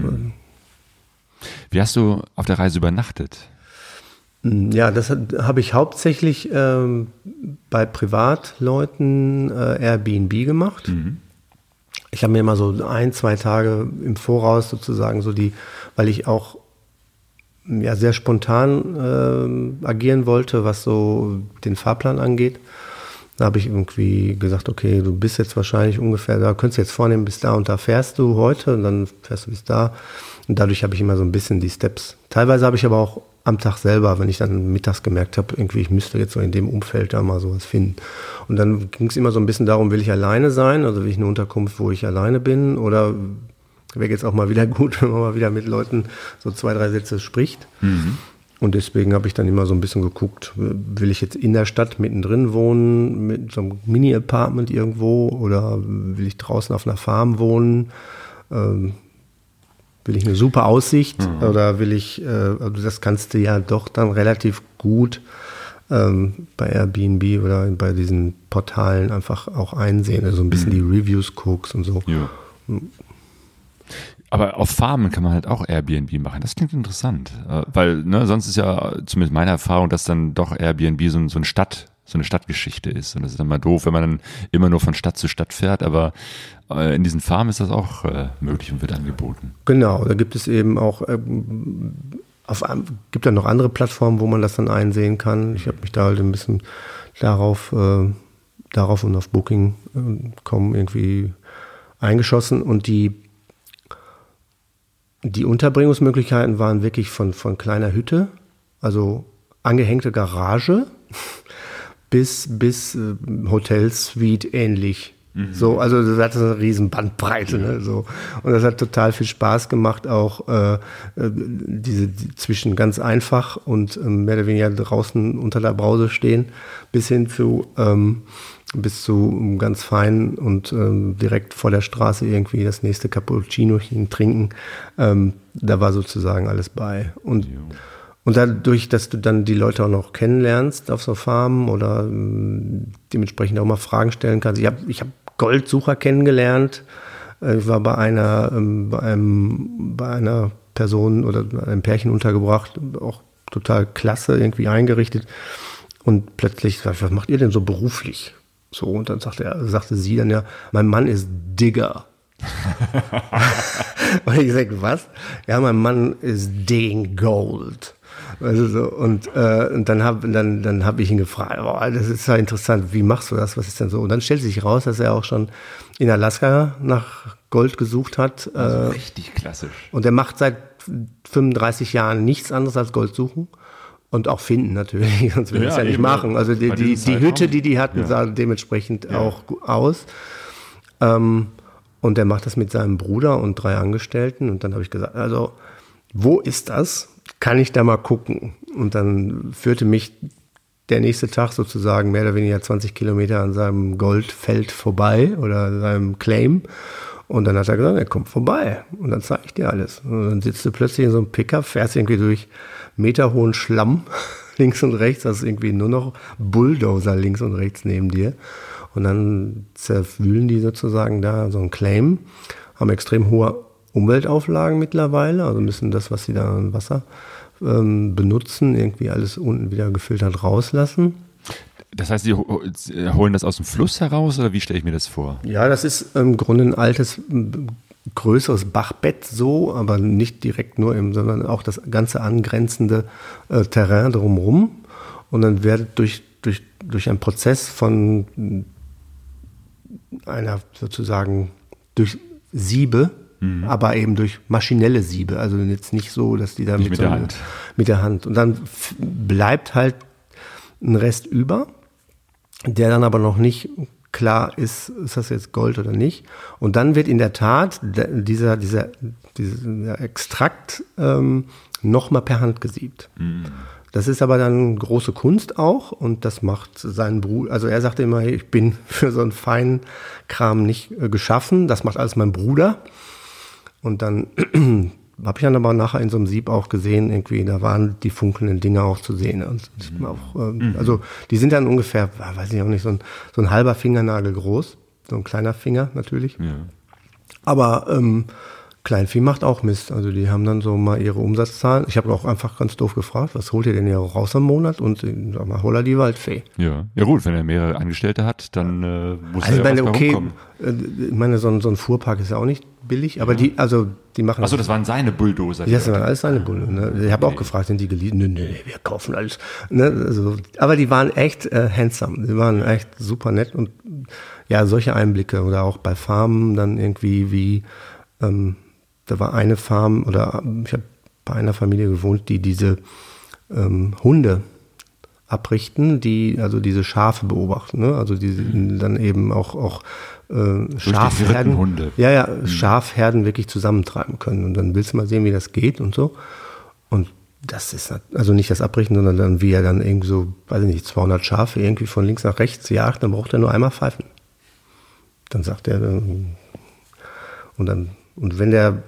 Wie hast du auf der Reise übernachtet? Ja, das habe ich hauptsächlich ähm, bei Privatleuten äh, Airbnb gemacht. Ich habe mir immer so ein, zwei Tage im Voraus sozusagen so die, weil ich auch ja, sehr spontan äh, agieren wollte, was so den Fahrplan angeht. Da habe ich irgendwie gesagt, okay, du bist jetzt wahrscheinlich ungefähr da, könntest du jetzt vornehmen, bis da und da fährst du heute und dann fährst du bis da. Und dadurch habe ich immer so ein bisschen die Steps. Teilweise habe ich aber auch am Tag selber, wenn ich dann mittags gemerkt habe, irgendwie ich müsste jetzt so in dem Umfeld da mal sowas finden. Und dann ging es immer so ein bisschen darum, will ich alleine sein, also will ich eine Unterkunft, wo ich alleine bin, oder wäre jetzt auch mal wieder gut, wenn man mal wieder mit Leuten so zwei, drei Sätze spricht. Mhm. Und deswegen habe ich dann immer so ein bisschen geguckt, will ich jetzt in der Stadt mittendrin wohnen, mit so einem Mini-Apartment irgendwo, oder will ich draußen auf einer Farm wohnen? Ähm, Will ich eine super Aussicht mhm. oder will ich, äh, also das kannst du ja doch dann relativ gut ähm, bei Airbnb oder bei diesen Portalen einfach auch einsehen, also ein bisschen mhm. die Reviews guckst und so. Ja. Aber auf Farmen kann man halt auch Airbnb machen. Das klingt interessant, weil ne, sonst ist ja zumindest meine Erfahrung, dass dann doch Airbnb so, so eine Stadt, so eine Stadtgeschichte ist. Und das ist dann mal doof, wenn man dann immer nur von Stadt zu Stadt fährt. Aber äh, in diesen Farmen ist das auch äh, möglich und wird angeboten. Genau, da gibt es eben auch, ähm, auf, gibt dann noch andere Plattformen, wo man das dann einsehen kann. Ich habe mich da halt ein bisschen darauf, äh, darauf und auf Booking äh, kommen irgendwie eingeschossen und die Die Unterbringungsmöglichkeiten waren wirklich von, von kleiner Hütte, also angehängte Garage, bis, bis äh, Hotelsuite ähnlich. Mhm. So, also das hat eine riesen Bandbreite. Ne, so. Und das hat total viel Spaß gemacht, auch äh, diese die zwischen ganz einfach und äh, mehr oder weniger draußen unter der Brause stehen, bis hin zu ähm, bis zu ganz fein und ähm, direkt vor der Straße irgendwie das nächste Cappuccino trinken. Ähm, da war sozusagen alles bei. Und, und dadurch, dass du dann die Leute auch noch kennenlernst auf so Farmen oder ähm, dementsprechend auch mal Fragen stellen kannst. Ich habe ich hab Goldsucher kennengelernt. Ich war bei einer, ähm, bei einem, bei einer Person oder einem Pärchen untergebracht, auch total klasse irgendwie eingerichtet. Und plötzlich, was macht ihr denn so beruflich? So, und dann sagte, er, sagte sie dann ja, mein Mann ist Digger. Und ich sage, was? Ja, mein Mann ist digging gold. Also so, und, äh, und dann habe dann, dann hab ich ihn gefragt, oh, das ist ja interessant, wie machst du das, was ist denn so? Und dann stellt sich raus, dass er auch schon in Alaska nach Gold gesucht hat. Also äh, richtig klassisch. Und er macht seit fünfunddreißig Jahren nichts anderes als Gold suchen. Und auch finden natürlich, sonst würde ich es ja, ja nicht machen. Also die, die, die Hütte, die die hatten, ja. sah dementsprechend ja. auch aus. Ähm, und er macht das mit seinem Bruder und drei Angestellten. Und dann habe ich gesagt, also wo ist das? Kann ich da mal gucken? Und dann führte mich der nächste Tag sozusagen mehr oder weniger zwanzig Kilometer an seinem Goldfeld vorbei oder seinem Claim. Und dann hat er gesagt, er kommt vorbei. Und dann zeige ich dir alles. Und dann sitzt du plötzlich in so einem Pickup, fährst irgendwie durch meterhohen Schlamm links und rechts, hast irgendwie nur noch Bulldozer links und rechts neben dir. Und dann zerwühlen die sozusagen da so einen Claim, haben extrem hohe Umweltauflagen mittlerweile, also müssen das, was sie da an Wasser ähm, benutzen, irgendwie alles unten wieder gefiltert rauslassen. Das heißt, sie holen das aus dem Fluss heraus oder wie stelle ich mir das vor? Ja, das ist im Grunde ein altes, größeres Bachbett so, aber nicht direkt nur im, sondern auch das ganze angrenzende äh, Terrain drumherum. Und dann wird durch, durch, durch einen Prozess von einer sozusagen durch Siebe, mhm. aber eben durch maschinelle Siebe. Also jetzt nicht so, dass die da nicht mit, mit so der eine, Hand. mit der Hand. Und dann f- bleibt halt ein Rest über, der dann aber noch nicht klar ist, ist das jetzt Gold oder nicht. Und dann wird in der Tat dieser, dieser, dieser Extrakt ähm, nochmal per Hand gesiebt. Mhm. Das ist aber dann große Kunst auch und das macht sein Bruder, also er sagte immer, hey, ich bin für so einen feinen Kram nicht äh, geschaffen, das macht alles mein Bruder. Und dann habe ich dann aber nachher in so einem Sieb auch gesehen, irgendwie, da waren die funkelnden Dinger auch zu sehen. Und mhm. auch, äh, mhm. Also die sind dann ungefähr, weiß ich auch nicht, so ein, so ein halber Fingernagel groß, so ein kleiner Finger natürlich. Ja. Aber ähm, Kleinvieh macht auch Mist. Also die haben dann so mal ihre Umsatzzahlen. Ich habe auch einfach ganz doof gefragt, was holt ihr denn hier raus am Monat? Und sag mal, hol er die Waldfee. Ja, ja gut, wenn er mehrere Angestellte hat, dann äh, muss also er ich meine, ja was okay, rumkommen. Ich meine, so ein, so ein Fuhrpark ist ja auch nicht billig, aber ja. die, also die machen. Achso, das waren seine Bulldozer. Ja, das waren alles seine Bulldozer. Ne? Ich habe okay. auch gefragt, sind die geliehen? Nö, nö, wir kaufen alles. Ne? Also, aber die waren echt äh, handsome. Die waren echt super nett und ja, solche Einblicke oder auch bei Farmen dann irgendwie wie ähm, da war eine Farm oder ich habe bei einer Familie gewohnt, die diese ähm, Hunde abrichten, die also diese Schafe beobachten, ne? Also die mhm. dann eben auch auch äh, Schafherden, Hunde. ja ja mhm. Schafherden wirklich zusammentreiben können und dann willst du mal sehen, wie das geht und so. Und das ist also nicht das Abrichten, sondern dann wie er dann irgendwie so, weiß ich nicht, zweihundert Schafe irgendwie von links nach rechts jagt, dann braucht er nur einmal pfeifen. Dann sagt er und dann und wenn der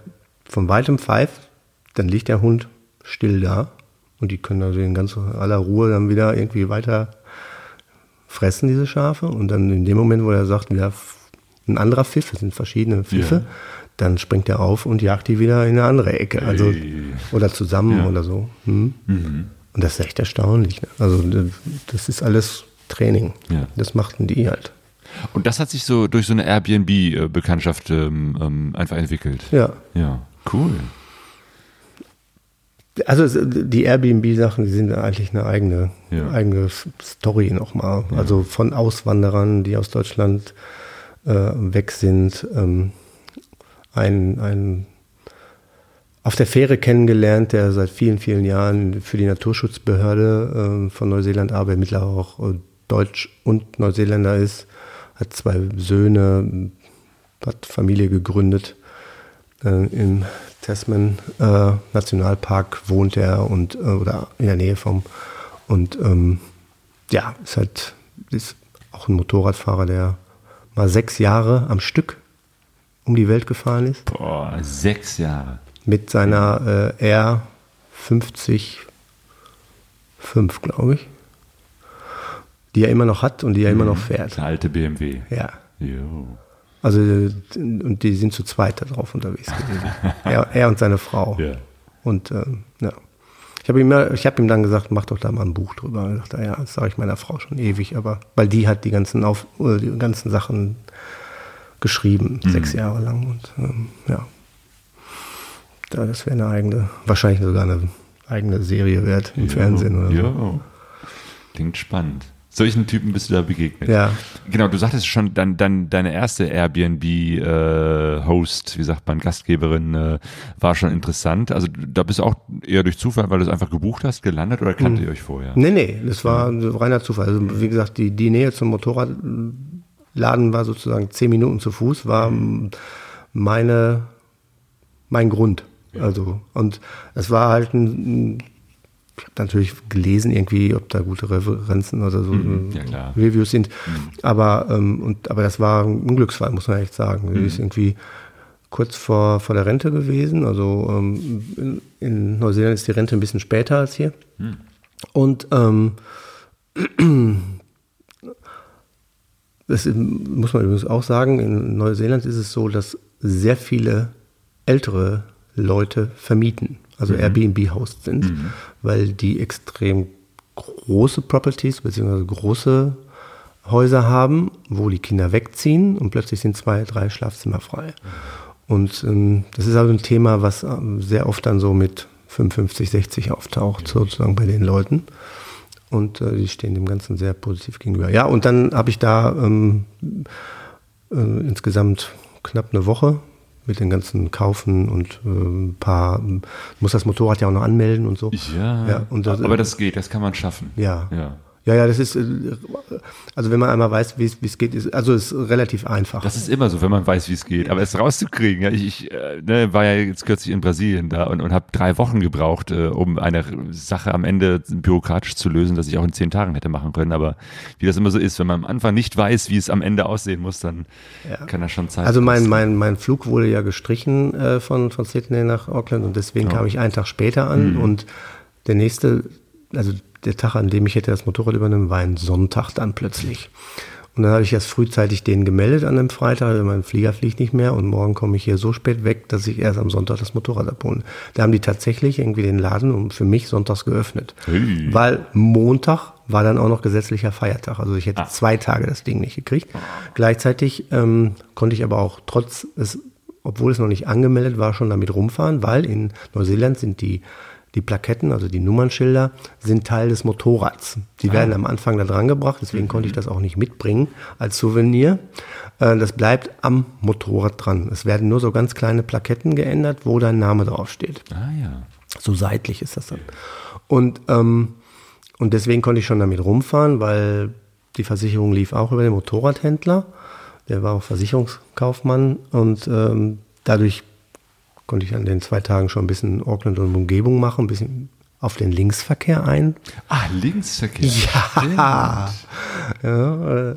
von weitem pfeift, dann liegt der Hund still da und die können also in ganz aller Ruhe dann wieder irgendwie weiter fressen, diese Schafe. Und dann in dem Moment, wo er sagt, wieder ein anderer Pfiff, es sind verschiedene Pfiffe, ja. dann springt er auf und jagt die wieder in eine andere Ecke. Also, oder zusammen ja. oder so. Hm. Mhm. Und das ist echt erstaunlich. Ne? Also das ist alles Training. Ja. Das machten die halt. Und das hat sich so durch so eine Airbnb-Bekanntschaft ähm, ähm, einfach entwickelt. Ja. Ja, cool. Also die Airbnb-Sachen, die sind eigentlich eine eigene, ja. eigene Story nochmal. Ja. Also von Auswanderern, die aus Deutschland äh, weg sind. Ähm, ein, ein auf der Fähre kennengelernt, der seit vielen, vielen Jahren für die Naturschutzbehörde äh, von Neuseeland arbeitet, mittlerweile auch äh, Deutsch und Neuseeländer ist, hat zwei Söhne, hat Familie gegründet. Äh, Im Tasman äh, Nationalpark wohnt er und äh, oder in der Nähe vom und ähm, ja, ist halt ist auch ein Motorradfahrer, der mal sechs Jahre am Stück um die Welt gefahren ist. Boah, sechs Jahre. Mit seiner äh, R fünfzig fünf, glaube ich, die er immer noch hat und die er mhm. immer noch fährt. Der alte B M W. Ja. Jo. Also, und die sind zu zweit da drauf unterwegs gewesen. er, er und seine Frau. Ja. Und, ähm, ja. Ich habe ihm, hab ihm dann gesagt, mach doch da mal ein Buch drüber. Ich dachte, ja, das sage ich meiner Frau schon ewig, aber, weil die hat die ganzen, Auf, die ganzen Sachen geschrieben, mhm. sechs Jahre lang. Und, ähm, ja. Das wäre eine eigene, wahrscheinlich sogar eine eigene Serie wert im jo, Fernsehen oder so. Jo. Klingt spannend. Solchen Typen bist du da begegnet. Ja. Genau, du sagtest schon, dann, dann deine erste Airbnb-Host, äh, wie sagt man, Gastgeberin, äh, war schon interessant. Also da bist du auch eher durch Zufall, weil du es einfach gebucht hast, gelandet oder kanntet hm. ihr euch vorher? Nee, nee, das war ja. reiner Zufall. Also wie gesagt, die, die Nähe zum Motorradladen war sozusagen zehn Minuten zu Fuß, war meine, mein Grund. Ja. Also, und es war halt ein, ich habe natürlich gelesen irgendwie, ob da gute Referenzen oder so mhm, ja, Reviews sind, mhm. aber ähm, und aber das war ein Unglücksfall, muss man echt sagen. Mhm. Die ist irgendwie kurz vor vor der Rente gewesen, also ähm, in, in Neuseeland ist die Rente ein bisschen später als hier mhm. und ähm, das muss man übrigens auch sagen, in Neuseeland ist es so, dass sehr viele ältere Leute vermieten, also mhm. Airbnb-Hosts sind, mhm. weil die extrem große Properties bzw. große Häuser haben, wo die Kinder wegziehen und plötzlich sind zwei, drei Schlafzimmer frei. Und ähm, das ist also ein Thema, was ähm, sehr oft dann so mit fünfundfünfzig, sechzig auftaucht, sozusagen bei den Leuten. Und äh, die stehen dem Ganzen sehr positiv gegenüber. Ja, und dann habe ich da ähm, äh, insgesamt knapp eine Woche mit den ganzen Kaufen und äh, ein paar, muss das Motorrad ja auch noch anmelden und so. Ja, ja und das, aber das geht, das kann man schaffen. Ja, ja, ja, ja das ist, also wenn man einmal weiß, wie es geht, ist, also ist relativ einfach. Das ist immer so, wenn man weiß, wie es geht, aber es rauszukriegen, ja, ich, ich äh, ne, war ja jetzt kürzlich in Brasilien da und, und habe drei Wochen gebraucht, äh, um eine Sache am Ende bürokratisch zu lösen, dass ich auch in zehn Tagen hätte machen können, aber wie das immer so ist, wenn man am Anfang nicht weiß, wie es am Ende aussehen muss, dann ja. kann das schon Zeit Also mein, mein, mein Flug wurde ja gestrichen äh, von, von Sydney nach Auckland und deswegen oh. kam ich einen Tag später an mhm. und der nächste, also der Tag, an dem ich hätte das Motorrad übernehmen, war ein Sonntag dann plötzlich. Und dann habe ich erst frühzeitig denen gemeldet an dem Freitag, mein Flieger fliegt nicht mehr und morgen komme ich hier so spät weg, dass ich erst am Sonntag das Motorrad abhole. Da haben die tatsächlich irgendwie den Laden für mich sonntags geöffnet. Hey. Weil Montag war dann auch noch gesetzlicher Feiertag. Also ich hätte ah. zwei Tage das Ding nicht gekriegt. Ah. Gleichzeitig ähm, konnte ich aber auch trotz, es, obwohl es noch nicht angemeldet war, schon damit rumfahren, weil in Neuseeland sind die Die Plaketten, also die Nummernschilder, sind Teil des Motorrads. Die ah. werden am Anfang da dran gebracht, deswegen mhm. konnte ich das auch nicht mitbringen als Souvenir. Das bleibt am Motorrad dran. Es werden nur so ganz kleine Plaketten geändert, wo dein Name draufsteht. Ah ja. So seitlich ist das dann. Und, ähm, und deswegen konnte ich schon damit rumfahren, weil die Versicherung lief auch über den Motorradhändler. Der war auch Versicherungskaufmann und ähm, dadurch konnte ich an den zwei Tagen schon ein bisschen Auckland und Umgebung machen, ein bisschen auf den Linksverkehr ein. Ah, Linksverkehr. Ja. ja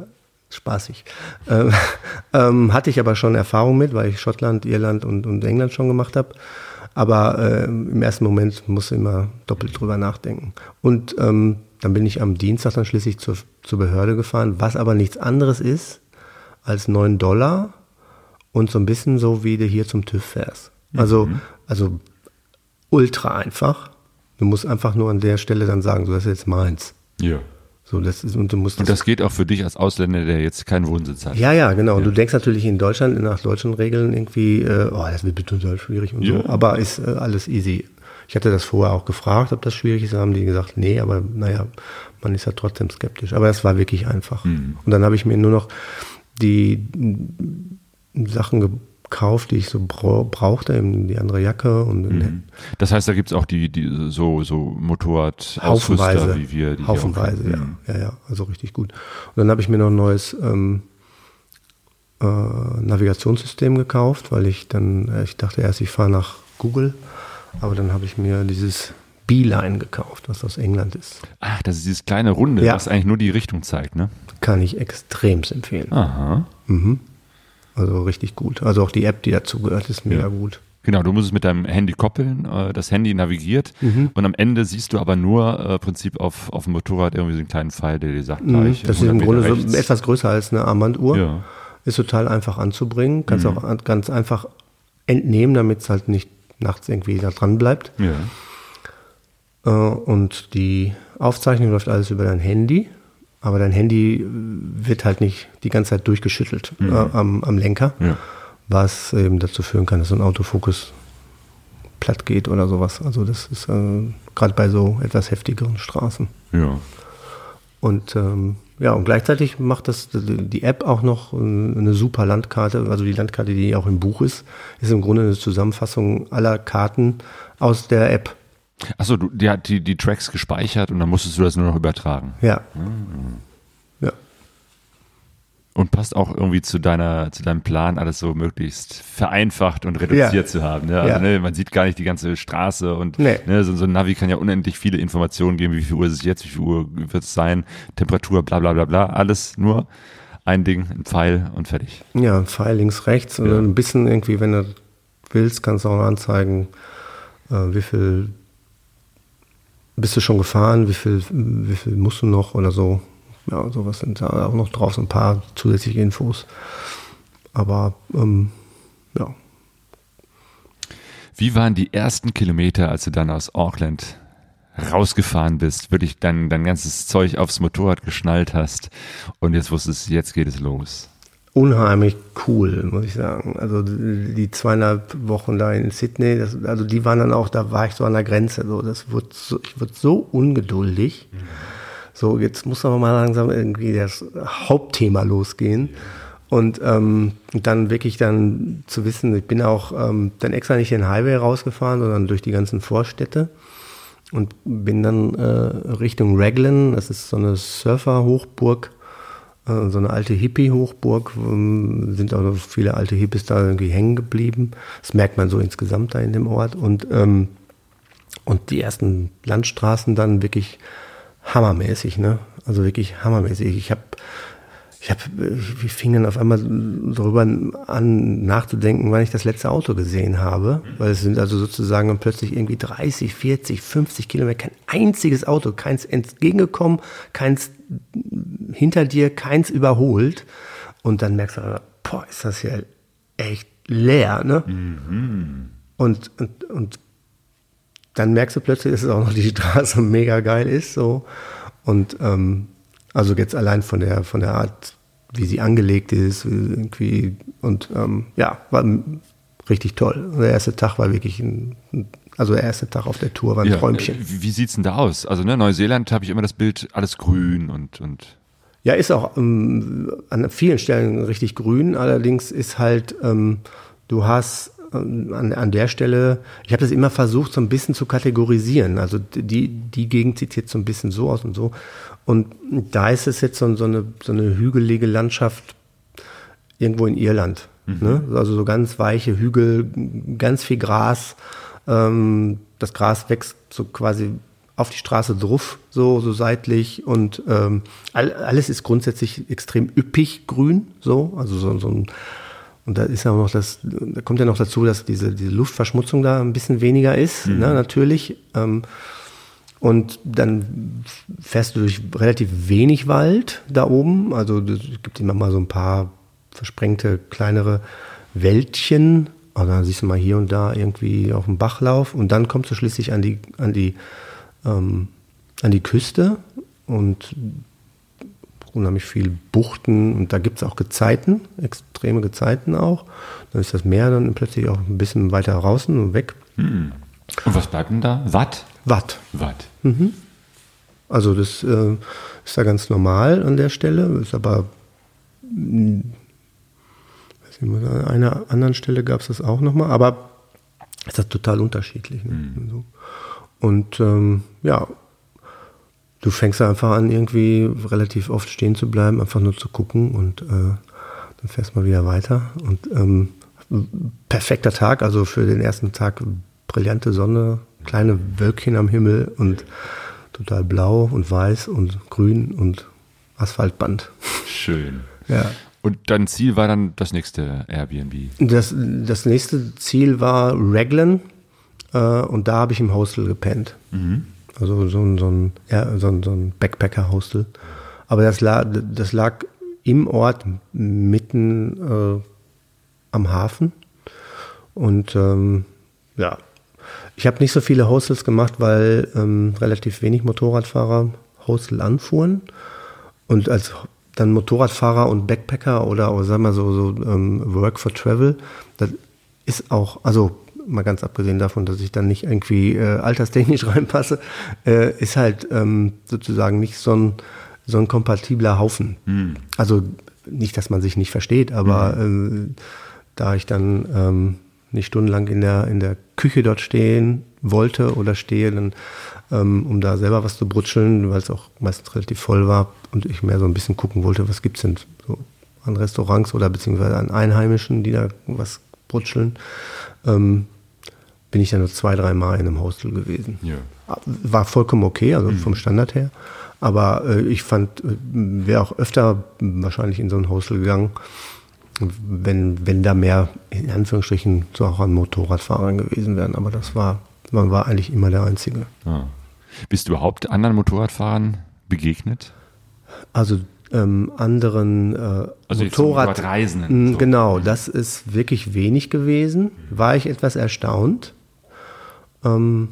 spaßig. Ähm, ähm, hatte ich aber schon Erfahrung mit, weil ich Schottland, Irland und, und England schon gemacht habe. Aber äh, im ersten Moment musst du immer doppelt drüber nachdenken. Und ähm, dann bin ich am Dienstag dann schließlich zur, zur Behörde gefahren, was aber nichts anderes ist als neun Dollar und so ein bisschen so, wie du hier zum TÜV fährst. Also, mhm. also ultra einfach. Du musst einfach nur an der Stelle dann sagen, so, das ist jetzt meins. Ja. So, das ist, und, du musst und das, das geht auch für dich als Ausländer, der jetzt keinen Wohnsitz hat. Ja, ja, genau. Und ja. du denkst natürlich in Deutschland, nach deutschen Regeln irgendwie, äh, oh, das wird total schwierig und ja. so. Aber ist äh, alles easy. Ich hatte das vorher auch gefragt, ob das schwierig ist. Da haben die gesagt, nee, aber naja, man ist ja trotzdem skeptisch. Aber es war wirklich einfach. Mhm. Und dann habe ich mir nur noch die Sachen gekauft, die ich so bra- brauchte, eben die andere Jacke. Und mhm. Das heißt, da gibt es auch die, die so, so Motorradausrüster, wie wir. Die Haufenweise, ja. Mhm. ja. Ja, also richtig gut. Und dann habe ich mir noch ein neues ähm, äh, Navigationssystem gekauft, weil ich dann, äh, ich dachte erst, ich fahre nach Google. Aber dann habe ich mir dieses Beeline gekauft, was aus England ist. Ach, das ist dieses kleine Runde, ja. was eigentlich nur die Richtung zeigt, ne? Kann ich extremst empfehlen. Aha. Mhm. Also richtig gut. Also auch die App, die dazu gehört, ist mega ja. gut. Genau, du musst es mit deinem Handy koppeln, das Handy navigiert mhm. und am Ende siehst du aber nur im äh, Prinzip auf, auf dem Motorrad irgendwie so einen kleinen Pfeil, der dir sagt, mhm. gleich. Das ist im Grunde so etwas größer als eine Armbanduhr. Ja. Ist total einfach anzubringen. Kannst mhm. auch ganz einfach entnehmen, damit es halt nicht nachts irgendwie da dran bleibt. Ja. Äh, und die Aufzeichnung läuft alles über dein Handy, aber dein Handy wird halt nicht die ganze Zeit durchgeschüttelt mhm. äh, am, am Lenker, ja. was eben dazu führen kann, dass so ein Autofokus platt geht oder sowas. Also das ist äh, gerade bei so etwas heftigeren Straßen. Ja. Und ähm, ja, und gleichzeitig macht das die App auch noch eine super Landkarte, also die Landkarte, die auch im Buch ist, ist im Grunde eine Zusammenfassung aller Karten aus der App. Achso, die hat die, die Tracks gespeichert und dann musstest du das nur noch übertragen. Ja. Mhm. Ja. Und passt auch irgendwie zu deiner, zu deinem Plan, alles so möglichst vereinfacht und reduziert ja. zu haben. Ne? Also, ja. ne, man sieht gar nicht die ganze Straße und nee. ne, so, so ein Navi kann ja unendlich viele Informationen geben, wie viel Uhr ist es jetzt, wie viel Uhr wird es sein, Temperatur, bla bla bla bla. Alles nur ein Ding, ein Pfeil und fertig. Ja, ein Pfeil links, rechts und ja. ein bisschen irgendwie, wenn du willst, kannst du auch noch anzeigen, äh, wie viel bist du schon gefahren, wie viel, wie viel musst du noch oder so. Ja, sowas sind da auch noch drauf, so ein paar zusätzliche Infos. Aber, ähm, ja. Wie waren die ersten Kilometer, als du dann aus Auckland rausgefahren bist, wirklich dein, dein ganzes Zeug aufs Motorrad geschnallt hast und jetzt wusstest du, jetzt geht es los? Unheimlich cool, muss ich sagen. Also die, die zweieinhalb Wochen da in Sydney, das, also die waren dann auch, da war ich so an der Grenze. So, das wird so, ich wurde so ungeduldig. Mhm. So, jetzt muss aber mal langsam irgendwie das Hauptthema losgehen. Und ähm, dann wirklich dann zu wissen, ich bin auch ähm, dann extra nicht den Highway rausgefahren, sondern durch die ganzen Vorstädte und bin dann äh, Richtung Raglan, das ist so eine Surfer-Hochburg, äh, so eine alte Hippie-Hochburg, ähm, sind auch noch viele alte Hippies da irgendwie hängen geblieben. Das merkt man so insgesamt da in dem Ort. Und, ähm, und die ersten Landstraßen dann wirklich hammermäßig, ne? Also wirklich hammermäßig. Ich habe, ich habe, ich fing dann auf einmal darüber an nachzudenken, wann ich das letzte Auto gesehen habe, weil es sind also sozusagen plötzlich irgendwie dreißig, vierzig, fünfzig Kilometer, kein einziges Auto, keins entgegengekommen, keins hinter dir, keins überholt. Und dann merkst du, boah, ist das hier echt leer, ne? Mhm. Und, und, und dann merkst du plötzlich, dass es auch noch die Straße mega geil ist, so. Und, ähm, also jetzt allein von der, von der Art, wie sie angelegt ist, irgendwie, und, ähm, ja, war richtig toll. Der erste Tag war wirklich ein, also der erste Tag auf der Tour war ein ja, Träumchen. Wie, wie sieht's denn da aus? Also, ne, Neuseeland habe ich immer das Bild, alles grün und, und. Ja, ist auch, ähm, an vielen Stellen richtig grün, allerdings ist halt, ähm, du hast, An, an der Stelle, ich habe das immer versucht, so ein bisschen zu kategorisieren. Also die, die Gegend sieht jetzt so ein bisschen so aus und so. Und da ist es jetzt so, so, eine, so eine hügelige Landschaft irgendwo in Irland. Mhm. Ne? Also so ganz weiche Hügel, ganz viel Gras. Ähm, das Gras wächst so quasi auf die Straße drauf, so, so seitlich und ähm, all, alles ist grundsätzlich extrem üppig grün, so, also so, so ein, und da ist ja auch noch das, da kommt ja noch dazu, dass diese, diese Luftverschmutzung da ein bisschen weniger ist, mhm. ne, natürlich. Ähm, und dann fährst du durch relativ wenig Wald da oben, also es gibt immer mal so ein paar versprengte kleinere Wäldchen, also dann siehst du mal hier und da irgendwie auf dem Bachlauf und dann kommst du schließlich an die, an die, ähm, an die Küste und unheimlich viel Buchten und da gibt es auch Gezeiten, extreme Gezeiten auch. Dann ist das Meer dann plötzlich auch ein bisschen weiter draußen und weg. Hm. Und was bleibt denn da? Watt? Watt. Watt. Mhm. Also das äh, ist da ganz normal an der Stelle, ist aber mh, weiß nicht, an einer anderen Stelle gab es das auch nochmal, aber ist das total unterschiedlich. Ne? Mhm. Und ähm, ja, du fängst einfach an, irgendwie relativ oft stehen zu bleiben, einfach nur zu gucken und äh, dann fährst du mal wieder weiter. Und ähm, perfekter Tag, also für den ersten Tag brillante Sonne, kleine Wölkchen am Himmel und total blau und weiß und grün und Asphaltband. Schön. Ja. Und dein Ziel war dann das nächste Airbnb? Das, das nächste Ziel war Raglan äh, und da habe ich im Hostel gepennt. Mhm. Also so ein, so ein, ja, so ein, so ein Backpacker-Hostel. Aber das lag, das lag im Ort mitten äh, am Hafen. Und ähm, ja, ich habe nicht so viele Hostels gemacht, weil ähm, relativ wenig Motorradfahrer Hostel anfuhren. Und als dann Motorradfahrer und Backpacker oder, oder sagen wir so, so ähm, Work for Travel, das ist auch, also mal ganz abgesehen davon, dass ich dann nicht irgendwie äh, alterstechnisch reinpasse, äh, ist halt ähm, sozusagen nicht so ein, so ein kompatibler Haufen. Mhm. Also nicht, dass man sich nicht versteht, aber mhm. äh, da ich dann ähm, nicht stundenlang in der, in der Küche dort stehen wollte oder stehe, dann, ähm, um da selber was zu brutscheln, weil es auch meistens relativ voll war und ich mehr so ein bisschen gucken wollte, was gibt es denn so an Restaurants oder beziehungsweise an Einheimischen, die da was brutscheln, ähm, bin ich dann nur zwei, drei Mal in einem Hostel gewesen. Ja. War vollkommen okay, also mhm. vom Standard her. Aber äh, ich fand, wäre auch öfter wahrscheinlich in so ein Hostel gegangen, wenn, wenn da mehr, in Anführungsstrichen, so auch an Motorradfahrern gewesen wären. Aber das war, man war eigentlich immer der Einzige. Ah. Bist du überhaupt anderen Motorradfahrern begegnet? Also ähm, anderen äh, also Motorrad Motorradreisenden. So. Genau, das ist wirklich wenig gewesen. War ich etwas erstaunt. Ähm,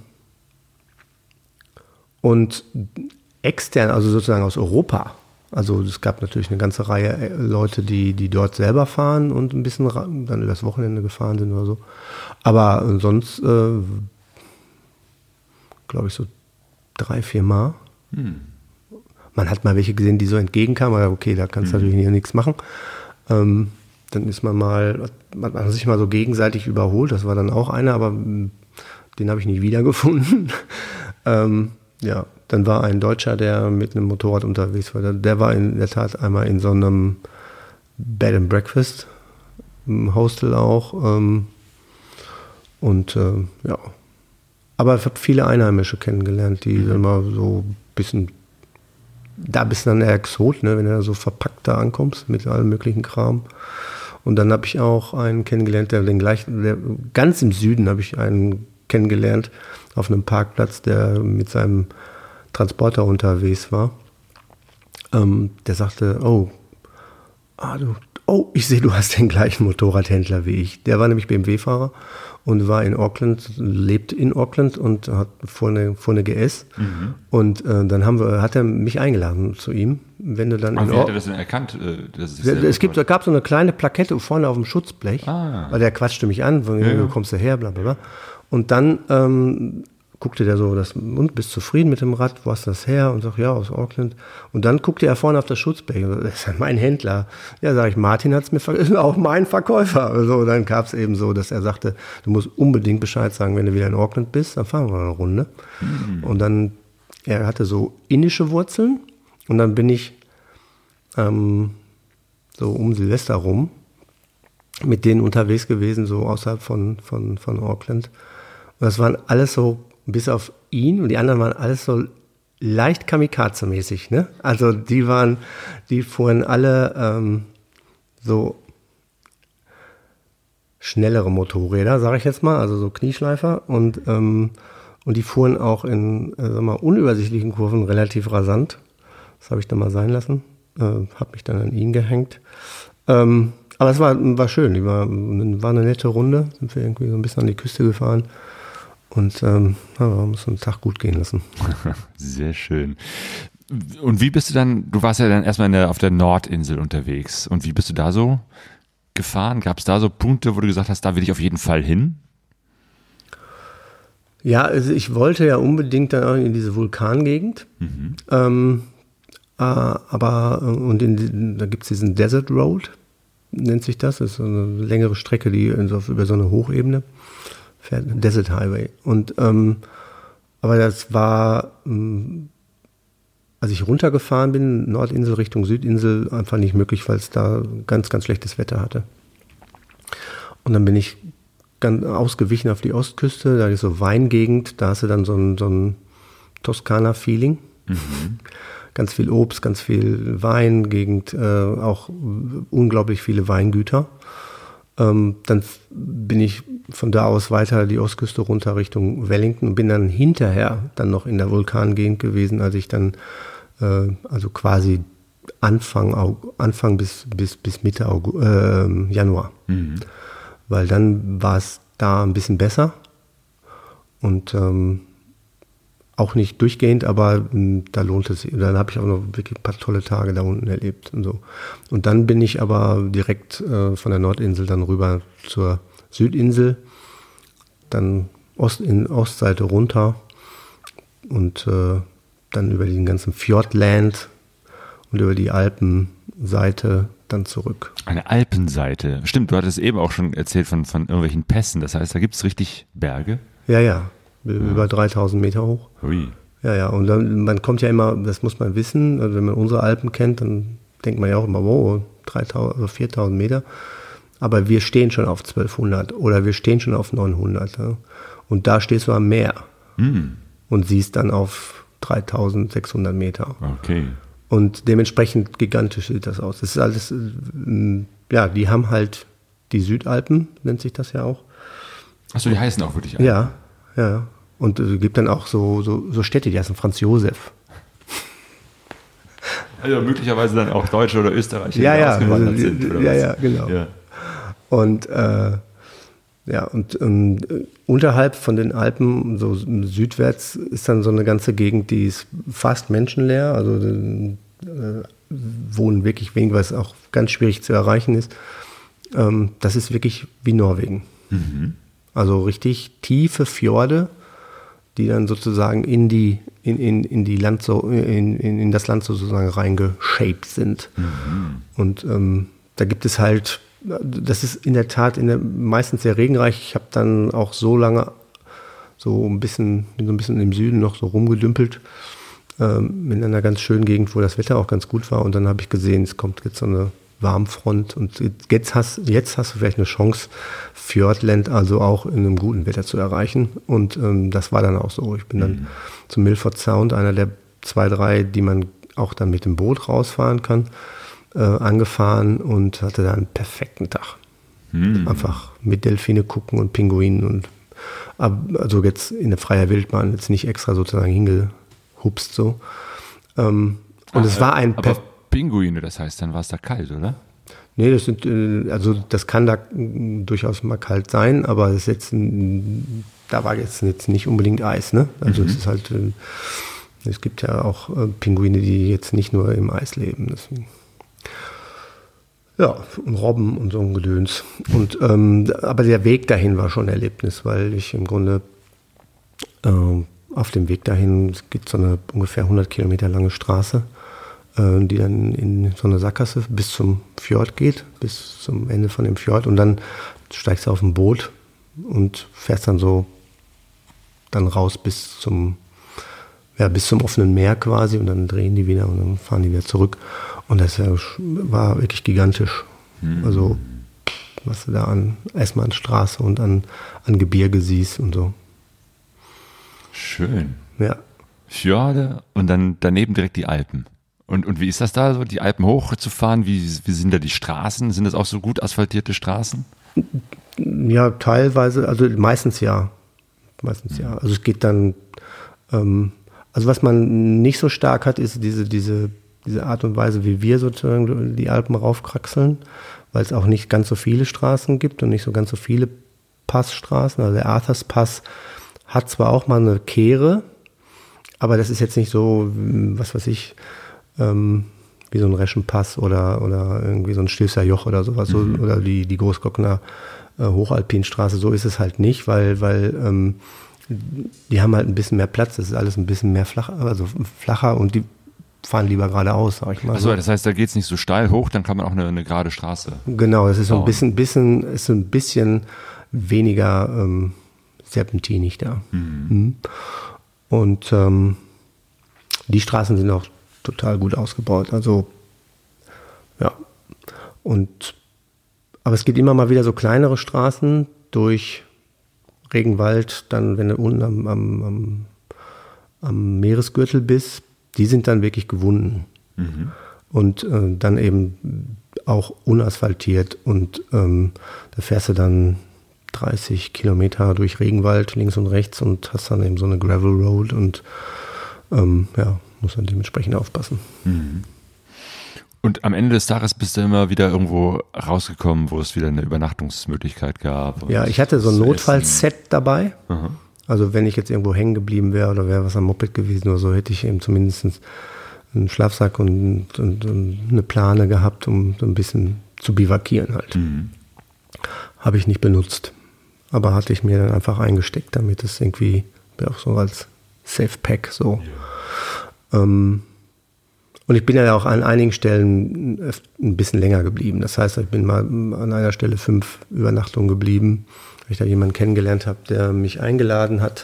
und extern, also sozusagen aus Europa, also es gab natürlich eine ganze Reihe Leute, die, die dort selber fahren und ein bisschen dann übers Wochenende gefahren sind oder so. Aber sonst, äh, glaube ich, so drei, vier Mal. Hm. Man hat mal welche gesehen, die so entgegenkamen, aber okay, da kannst du hm. natürlich nichts machen. Ähm, dann ist man mal, man hat sich mal so gegenseitig überholt, das war dann auch einer, aber den habe ich nicht wiedergefunden. ähm, ja, dann war ein Deutscher, der mit einem Motorrad unterwegs war. Der war in der Tat einmal in so einem Bed and Breakfast, im Hostel auch. Ähm, und äh, ja, aber ich habe viele Einheimische kennengelernt, die mhm. immer so ein bisschen, da bist du dann der Exot, ne, wenn du da so verpackt da ankommst mit allem möglichen Kram. Und dann habe ich auch einen kennengelernt, der den gleichen, der, ganz im Süden habe ich einen kennengelernt auf einem Parkplatz, der mit seinem Transporter unterwegs war. Ähm, der sagte, oh, ah, du, oh, ich sehe, du hast den gleichen Motorradhändler wie ich. Der war nämlich B M W-Fahrer und war in Auckland, lebt in Auckland und hat vor eine, vor eine G S. Mhm. Und äh, dann haben wir, hat er mich eingeladen zu ihm. Wenn du dann Aber wie hat er das denn erkannt? Äh, dass es es gibt, gab so eine kleine Plakette vorne auf dem Schutzblech, ah. weil der quatschte mich an, von, ja. wo kommst du her, bla bla bla. Und dann ähm, guckte der so, das, und bist zufrieden mit dem Rad, wo hast du das her? Und sag, ja, aus Auckland. Und dann guckte er vorne auf das Schutzblech. Das ist ja mein Händler. Ja, sag ich, Martin hat's mir verkauft, ist auch mein Verkäufer. Also, dann gab es eben so, dass er sagte, du musst unbedingt Bescheid sagen, wenn du wieder in Auckland bist, dann fahren wir eine Runde. Mhm. Und dann, er hatte so indische Wurzeln. Und dann bin ich ähm, so um Silvester rum mit denen unterwegs gewesen, so außerhalb von, von, von Auckland. Und das waren alles so bis auf ihn und die anderen waren alles so leicht Kamikaze-mäßig, ne? Also die waren, die fuhren alle ähm, so schnellere Motorräder, sage ich jetzt mal, also so Knieschleifer und ähm, und die fuhren auch in, äh, sag mal, unübersichtlichen Kurven relativ rasant. Das habe ich dann mal sein lassen, äh, habe mich dann an ihn gehängt. Ähm, aber es war, war schön, die war, war eine nette Runde, sind wir irgendwie so ein bisschen an die Küste gefahren. Und ähm, ja, wir haben uns einen Tag gut gehen lassen. Sehr schön. Und wie bist du dann, du warst ja dann erstmal in der, auf der Nordinsel unterwegs. Und wie bist du da so gefahren? Gab es da so Punkte, wo du gesagt hast, da will ich auf jeden Fall hin? Ja, also ich wollte ja unbedingt dann auch in diese Vulkangegend. Mhm. Ähm, äh, aber, und in, da gibt es diesen Desert Road, nennt sich das. Das ist so eine längere Strecke, die so, über so eine Hochebene. Desert Highway. Und ähm, aber das war, ähm, als ich runtergefahren bin, Nordinsel Richtung Südinsel, einfach nicht möglich, weil es da ganz, ganz schlechtes Wetter hatte. Und dann bin ich ganz ausgewichen auf die Ostküste, da ist so Weingegend, da hast du dann so ein, so ein Toskana-Feeling. Mhm. Ganz viel Obst, ganz viel Wein, Gegend, äh, auch unglaublich viele Weingüter. Ähm, dann bin ich von da aus weiter die Ostküste runter Richtung Wellington und bin dann hinterher dann noch in der Vulkangegend gewesen, als ich dann, äh, also quasi Anfang, Anfang bis, bis, bis Mitte August, äh, Januar. Mhm. Weil dann war es da ein bisschen besser und ähm, auch nicht durchgehend, aber mh, da lohnt es sich. Dann habe ich auch noch wirklich ein paar tolle Tage da unten erlebt und so. Und dann bin ich aber direkt äh, von der Nordinsel dann rüber zur Südinsel, dann Ost, in Ostseite runter und äh, dann über den ganzen Fjordland und über die Alpenseite dann zurück. Eine Alpenseite. Stimmt, du hattest eben auch schon erzählt von, von irgendwelchen Pässen. Das heißt, da gibt es richtig Berge? Ja, ja. Über dreitausend Meter hoch. Ui. Ja, ja, und dann, man kommt ja immer, das muss man wissen, also wenn man unsere Alpen kennt, dann denkt man ja auch immer, wow, dreitausend, also viertausend Meter. Aber wir stehen schon auf zwölfhundert oder wir stehen schon auf neunhundert. Ja. Und da stehst du am Meer mm. und siehst dann auf dreitausendsechshundert Meter. Okay. Und dementsprechend gigantisch sieht das aus. Das ist alles, ja, die haben halt die Südalpen, nennt sich das ja auch. Achso, die heißen auch wirklich Alpen? Ja. Ja, und es äh, gibt dann auch so, so, so Städte, die heißen Franz Josef. Also möglicherweise dann auch Deutsche oder Österreicher, ja, die ja, ausgewandert also, sind. Oder ja, was? ja, genau. Ja. Und, äh, ja, und ähm, unterhalb von den Alpen, so südwärts, ist dann so eine ganze Gegend, die ist fast menschenleer. Also äh, wohnen wirklich wenig, weil es auch ganz schwierig zu erreichen ist. Ähm, das ist wirklich wie Norwegen. Mhm. Also richtig tiefe Fjorde, die dann sozusagen in die, in, in, in die Land so, in, in, in das Land sozusagen reingeshaped sind. Mhm. Und ähm, da gibt es halt, das ist in der Tat in der, meistens sehr regenreich. Ich habe dann auch so lange so ein bisschen, bin so ein bisschen im Süden noch so rumgedümpelt, ähm, in einer ganz schönen Gegend, wo das Wetter auch ganz gut war. Und dann habe ich gesehen, es kommt jetzt so eine Warmfront und jetzt hast, jetzt hast du vielleicht eine Chance, Fjordland also auch in einem guten Wetter zu erreichen und ähm, das war dann auch so. Ich bin dann mhm. zum Milford Sound, einer der zwei, drei, die man auch dann mit dem Boot rausfahren kann, äh, angefahren und hatte da einen perfekten Tag. Mhm. Einfach mit Delfine gucken und Pinguinen und also jetzt in der freier Wildbahn, jetzt nicht extra sozusagen hingehupst so. Ähm, und Ach, es war ein aber Pinguine, das heißt, dann war es da kalt, oder? Nee, das sind, also das kann da durchaus mal kalt sein, aber es ist jetzt, da war jetzt, jetzt nicht unbedingt Eis, ne? Also mhm. es ist halt, es gibt ja auch Pinguine, die jetzt nicht nur im Eis leben. Deswegen. Ja, und Robben und so ein Gedöns. Und, ähm, aber der Weg dahin war schon ein Erlebnis, weil ich im Grunde äh, auf dem Weg dahin, es gibt so eine ungefähr hundert Kilometer lange Straße, die dann in so eine Sackgasse bis zum Fjord geht, bis zum Ende von dem Fjord und dann steigst du auf ein Boot und fährst dann so dann raus bis zum ja, bis zum offenen Meer quasi und dann drehen die wieder und dann fahren die wieder zurück und das war wirklich gigantisch. Mhm. Also was du da an erstmal an Straße und an, an Gebirge siehst und so. Schön. Ja. Fjorde und dann daneben direkt die Alpen. Und, und wie ist das da so, die Alpen hochzufahren? Wie, wie sind da die Straßen? Sind das auch so gut asphaltierte Straßen? Ja, teilweise, also meistens ja. Meistens ja. Also es geht dann, ähm, also was man nicht so stark hat, ist diese, diese, diese Art und Weise, wie wir sozusagen die Alpen raufkraxeln, weil es auch nicht ganz so viele Straßen gibt und nicht so ganz so viele Passstraßen. Also der Arthurs Pass hat zwar auch mal eine Kehre, aber das ist jetzt nicht so, was weiß ich, ähm, wie so ein Reschenpass oder, oder irgendwie so ein Stilfser Joch oder sowas, mhm. so, oder die, die Großglockner äh, Hochalpinstraße, so ist es halt nicht, weil, weil ähm, die haben halt ein bisschen mehr Platz, das ist alles ein bisschen mehr flach, also flacher und die fahren lieber geradeaus, sag ich mal. Achso, das heißt, da geht es nicht so steil hoch, dann kann man auch eine, eine gerade Straße. Genau, das ist so ein bisschen, bisschen, ist so ein bisschen weniger ähm, serpentinig da. Mhm. Mhm. Und ähm, die Straßen sind auch total gut ausgebaut. Also ja. Und aber es gibt immer mal wieder so kleinere Straßen durch Regenwald, dann wenn du unten am, am, am, am Meeresgürtel bist, die sind dann wirklich gewunden. Mhm. Und äh, dann eben auch unasphaltiert. Und ähm, da fährst du dann dreißig Kilometer durch Regenwald links und rechts und hast dann eben so eine Gravel Road und ähm, ja, muss dann dementsprechend aufpassen. Mhm. Und am Ende des Tages bist du immer wieder irgendwo rausgekommen, wo es wieder eine Übernachtungsmöglichkeit gab. Ja, ich hatte so ein Notfallset dabei. Aha. Also wenn ich jetzt irgendwo hängen geblieben wäre oder wäre was am Moped gewesen oder so, hätte ich eben zumindest einen Schlafsack und, und, und eine Plane gehabt, um so ein bisschen zu bivakieren halt. Mhm. Habe ich nicht benutzt. Aber hatte ich mir dann einfach eingesteckt, damit es irgendwie auch so als Safe Pack so. Ja. Ähm, und ich bin ja auch an einigen Stellen ein bisschen länger geblieben. Das heißt, ich bin mal an einer Stelle fünf Übernachtungen geblieben, weil ich da jemanden kennengelernt habe, der mich eingeladen hat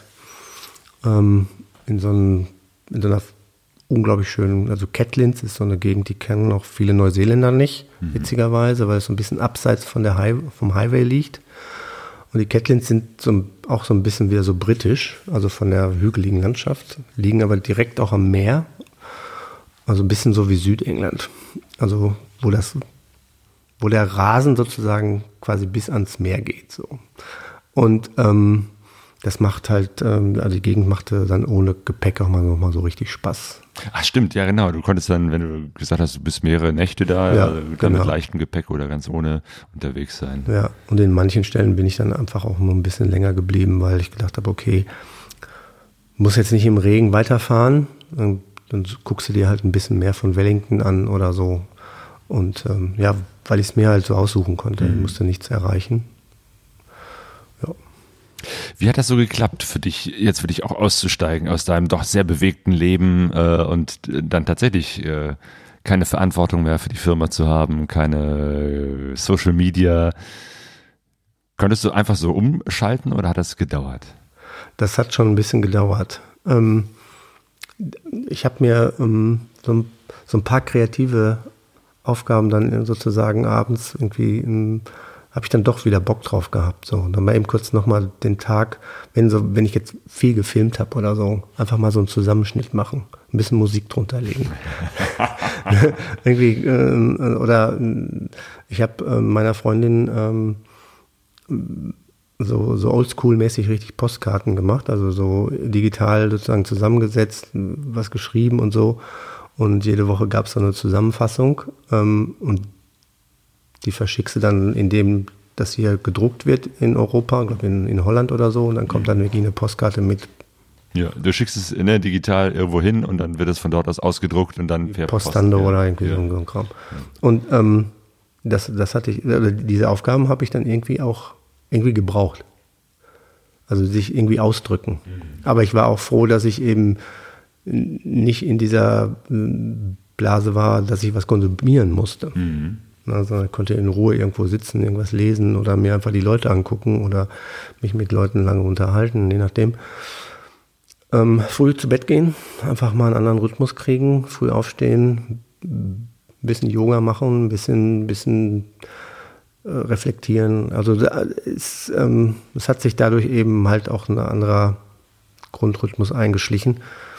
ähm, in so einem, in so einer unglaublich schönen, also Catlins ist so eine Gegend, die kennen auch viele Neuseeländer nicht, mhm. witzigerweise, weil es so ein bisschen abseits von der High, vom Highway liegt. Und die Catlins sind so, auch so ein bisschen wieder so britisch, also von der hügeligen Landschaft, liegen aber direkt auch am Meer, also ein bisschen so wie Südengland, also wo das, wo der Rasen sozusagen quasi bis ans Meer geht, so. Und ähm, das macht halt, ähm, also die Gegend machte dann ohne Gepäck auch mal, noch mal so richtig Spaß. Ach stimmt, ja genau. Du konntest dann, wenn du gesagt hast, du bist mehrere Nächte da, ja, dann genau. mit leichtem Gepäck oder ganz ohne unterwegs sein. Ja, und in manchen Stellen bin ich dann einfach auch nur ein bisschen länger geblieben, weil ich gedacht habe, okay, muss jetzt nicht im Regen weiterfahren, dann, dann guckst du dir halt ein bisschen mehr von Wellington an oder so. Und ähm, ja, weil ich es mir halt so aussuchen konnte, mhm. ich musste nichts erreichen. Ja. Wie hat das so geklappt für dich, jetzt für dich auch auszusteigen aus deinem doch sehr bewegten Leben äh, und dann tatsächlich äh, keine Verantwortung mehr für die Firma zu haben, keine äh, Social Media? Konntest du einfach so umschalten oder hat das gedauert? Das hat schon ein bisschen gedauert. Ähm, ich habe mir ähm, so, so ein paar kreative Aufgaben dann sozusagen abends irgendwie ähm, habe ich dann doch wieder Bock drauf gehabt. So. Und dann mal eben kurz nochmal den Tag, wenn so, wenn ich jetzt viel gefilmt habe oder so, einfach mal so einen Zusammenschnitt machen. Ein bisschen Musik drunter legen. Irgendwie, äh, oder ich habe äh, meiner Freundin ähm, so, so oldschool-mäßig richtig Postkarten gemacht, also so digital sozusagen zusammengesetzt, was geschrieben und so. Und jede Woche gab es so eine Zusammenfassung ähm, und die verschickst du dann, indem das hier gedruckt wird in Europa, ich glaube in, in Holland oder so, und dann kommt dann wirklich eine Postkarte mit. Ja, du schickst es ne, digital irgendwo hin und dann wird es von dort aus ausgedruckt und dann per Postando Post, ja. oder irgendwie ja. so ein Kram. Und ähm, das, das hatte ich, diese Aufgaben habe ich dann irgendwie auch irgendwie gebraucht. Also sich irgendwie ausdrücken. Mhm. Aber ich war auch froh, dass ich eben nicht in dieser Blase war, dass ich was konsumieren musste. Mhm. Also ich konnte in Ruhe irgendwo sitzen, irgendwas lesen oder mir einfach die Leute angucken oder mich mit Leuten lange unterhalten, je nachdem. Ähm, früh zu Bett gehen, einfach mal einen anderen Rhythmus kriegen, früh aufstehen, ein bisschen Yoga machen, ein bisschen, bisschen äh, reflektieren. Also es, ähm, es hat sich dadurch eben halt auch ein anderer Grundrhythmus eingeschlichen.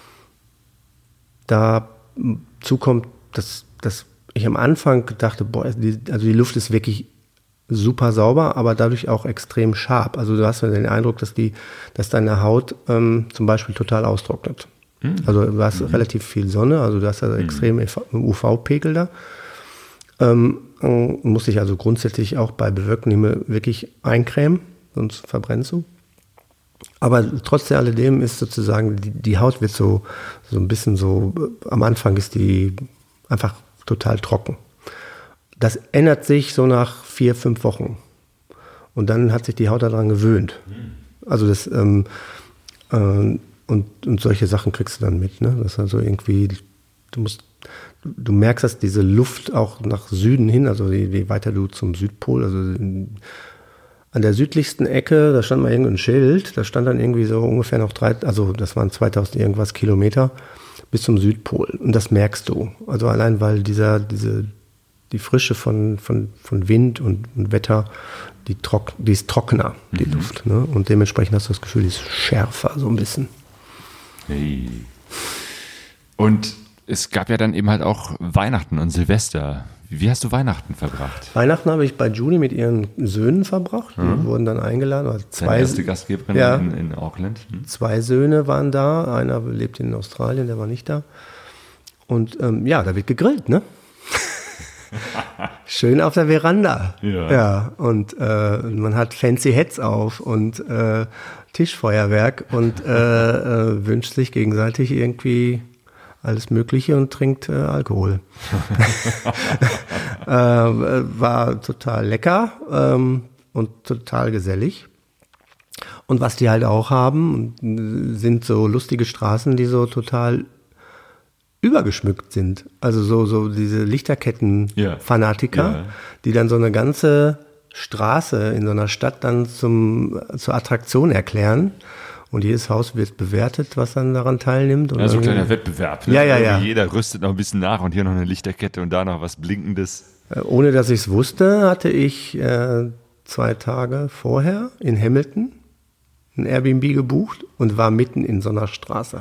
Dazu kommt, dass, dass ich am Anfang dachte, boah, die, also die Luft ist wirklich super sauber, aber dadurch auch extrem scharf. Also du hast ja den Eindruck, dass die, dass deine Haut ähm, zum Beispiel total austrocknet. Mhm. Also du hast mhm. relativ viel Sonne, also du hast ja mhm. extrem U V-Pegel da. Ähm, muss dich also grundsätzlich auch bei bewölktem Himmel wirklich eincremen, sonst verbrennst du. Aber trotz alledem ist sozusagen, die, die Haut wird so, so ein bisschen so, am Anfang ist die einfach total trocken. Das ändert sich so nach vier, fünf Wochen. Und dann hat sich die Haut daran gewöhnt. Also das, ähm, äh, und, und solche Sachen kriegst du dann mit, ne? Das ist also irgendwie, du musst, du merkst, dass diese Luft auch nach Süden hin, also je, je weiter du zum Südpol, also in, an der südlichsten Ecke, da stand mal irgendein Schild, da stand dann irgendwie so ungefähr noch drei, also das waren zweitausend irgendwas Kilometer bis zum Südpol. Und das merkst du. Also allein, weil dieser, diese, die Frische von, von, von Wind und, und Wetter, die, trock, die ist trockener, die mhm. Luft. Ne? Und dementsprechend hast du das Gefühl, die ist schärfer, so ein bisschen. Hey. Und es gab ja dann eben halt auch Weihnachten und Silvester. Wie hast du Weihnachten verbracht? Weihnachten habe ich bei Julie mit ihren Söhnen verbracht. Die mhm. wurden dann eingeladen. Also zwei, Deine erste Gastgeberin ja, in, in Auckland. Mhm. Zwei Söhne waren da. Einer lebt in Australien, der war nicht da. Und ähm, ja, da wird gegrillt, ne? Schön auf der Veranda. Ja. ja und äh, man hat fancy Hats auf und äh, Tischfeuerwerk und äh, äh, wünscht sich gegenseitig irgendwie alles Mögliche und trinkt äh, Alkohol. äh, war total lecker ähm, und total gesellig. Und was die halt auch haben, sind so lustige Straßen, die so total übergeschmückt sind. Also so, so diese Lichterketten-Fanatiker, ja. ja. die dann so eine ganze Straße in so einer Stadt dann zum, zur Attraktion erklären. Und jedes Haus wird bewertet, was dann daran teilnimmt. Und ja, so ein kleiner Wettbewerb. Ne? Ja, ja, ja. Jeder rüstet noch ein bisschen nach und hier noch eine Lichterkette und da noch was Blinkendes. Ohne dass ich es wusste, hatte ich äh, zwei Tage vorher in Hamilton ein Airbnb gebucht und war mitten in so einer Straße.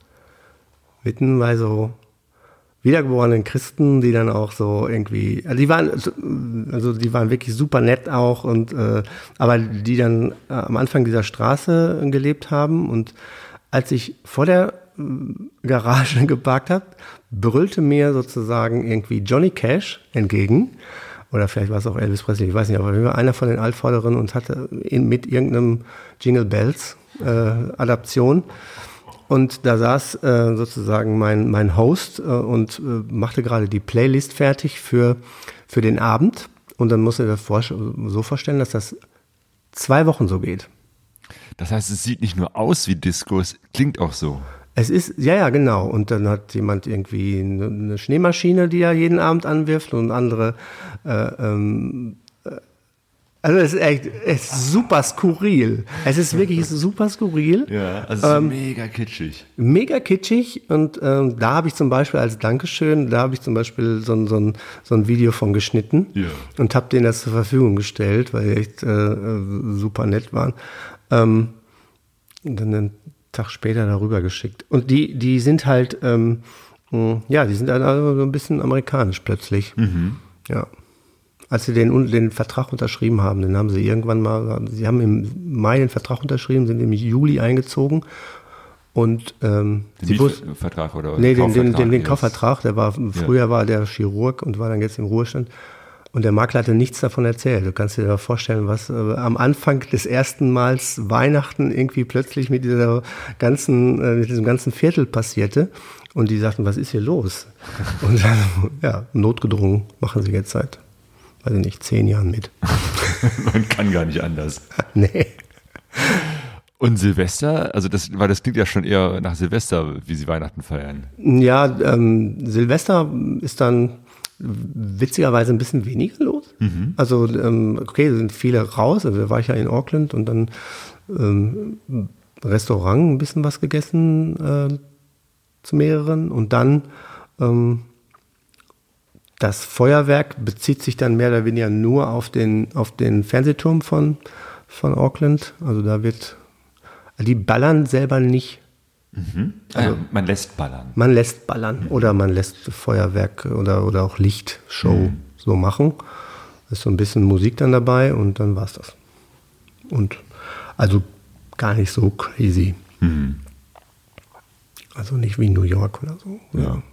Mitten bei so wiedergeborenen Christen, die dann auch so irgendwie, also die waren, also die waren wirklich super nett auch und äh, aber die dann äh, am Anfang dieser Straße gelebt haben und als ich vor der äh, Garage geparkt habe, brüllte mir sozusagen irgendwie Johnny Cash entgegen oder vielleicht war es auch Elvis Presley, ich weiß nicht, aber wir waren einer von den Altvorderen und hatte in, mit irgendeinem Jingle Bells äh, Adaption. Und da saß äh, sozusagen mein, mein Host äh, und äh, machte gerade die Playlist fertig für, für den Abend. Und dann musst du dir vor, so vorstellen, dass das zwei Wochen so geht. Das heißt, es sieht nicht nur aus wie Disco, es klingt auch so. Es ist, ja, ja, genau. Und dann hat jemand irgendwie eine, eine Schneemaschine, die er jeden Abend anwirft und andere äh, ähm, Also es ist echt es ist super skurril. Es ist wirklich super skurril. Ja, also es ist ähm, mega kitschig. Mega kitschig und ähm, da habe ich zum Beispiel als Dankeschön, da habe ich zum Beispiel so ein, so ein, so ein Video von geschnitten ja. und habe denen das zur Verfügung gestellt, weil die echt äh, super nett waren. Ähm, und dann einen Tag später darüber geschickt. Und die, die sind halt, ähm, ja, die sind also so ein bisschen amerikanisch plötzlich. Mhm. Ja. Als sie den, den Vertrag unterschrieben haben, den haben sie irgendwann mal, sie haben im Mai den Vertrag unterschrieben, sind im Juli eingezogen und ähm, den sie wussten, Vertrag oder nee, den, Kaufvertrag, den, den, den Kaufvertrag, der war, früher ja. war der Chirurg und war dann jetzt im Ruhestand und der Makler hatte nichts davon erzählt. Du kannst dir vorstellen, was äh, am Anfang des ersten Mals Weihnachten irgendwie plötzlich mit dieser ganzen, äh, mit diesem ganzen Viertel passierte und die sagten, was ist hier los? Und dann, ja, notgedrungen machen sie jetzt seit weiß ich nicht, zehn Jahren mit. Man kann gar nicht anders. Nee. Und Silvester, also das, weil das klingt ja schon eher nach Silvester, wie sie Weihnachten feiern. Ja, ähm, Silvester ist dann witzigerweise ein bisschen weniger los. Mhm. Also, ähm, okay, sind viele raus. Also, da war ich ja in Auckland und dann ähm, Restaurant ein bisschen was gegessen äh, zu mehreren und dann ähm, das Feuerwerk bezieht sich dann mehr oder weniger nur auf den, auf den Fernsehturm von, von Auckland. Also da wird, Die ballern selber nicht. Mhm. Also, ah ja, man lässt ballern. Man lässt ballern oder man lässt Feuerwerk oder, oder auch Lichtshow mhm. so machen. Ist so ein bisschen Musik dann dabei und dann war's das. Und also gar nicht so crazy. Mhm. Also nicht wie New York oder so. Ja.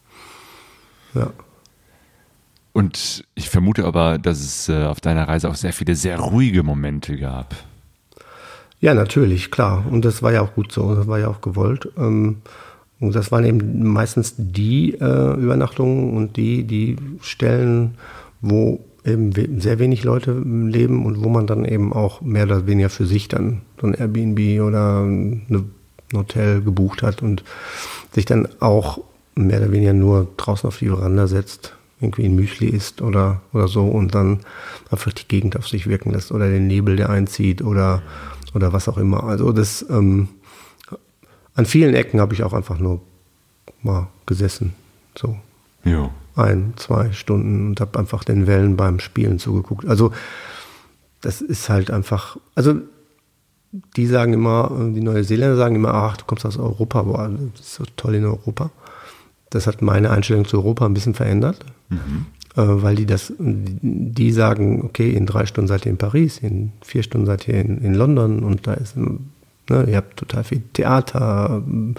Ja. Und ich vermute aber, dass es äh, auf deiner Reise auch sehr viele sehr ruhige Momente gab. Ja, natürlich, klar. Und das war ja auch gut so, das war ja auch gewollt. Ähm, und das waren eben meistens die äh, Übernachtungen und die, die Stellen, wo eben we- sehr wenig Leute leben und wo man dann eben auch mehr oder weniger für sich dann so ein Airbnb oder eine, ein Hotel gebucht hat und sich dann auch mehr oder weniger nur draußen auf die Veranda setzt, irgendwie ein Müsli isst oder, oder so und dann einfach die Gegend auf sich wirken lässt oder den Nebel, der einzieht oder, oder was auch immer. Also das ähm, an vielen Ecken habe ich auch einfach nur mal gesessen, so ja. ein, zwei Stunden und habe einfach den Wellen beim Spielen zugeguckt. Also das ist halt einfach, also die sagen immer, die Neuseeländer sagen immer, ach, du kommst aus Europa, boah, das ist so toll in Europa. Das hat meine Einstellung zu Europa ein bisschen verändert, mhm. äh, weil die das, die sagen, okay, in drei Stunden seid ihr in Paris, in vier Stunden seid ihr in, in London und da ist, ne, ihr habt total viel Theater,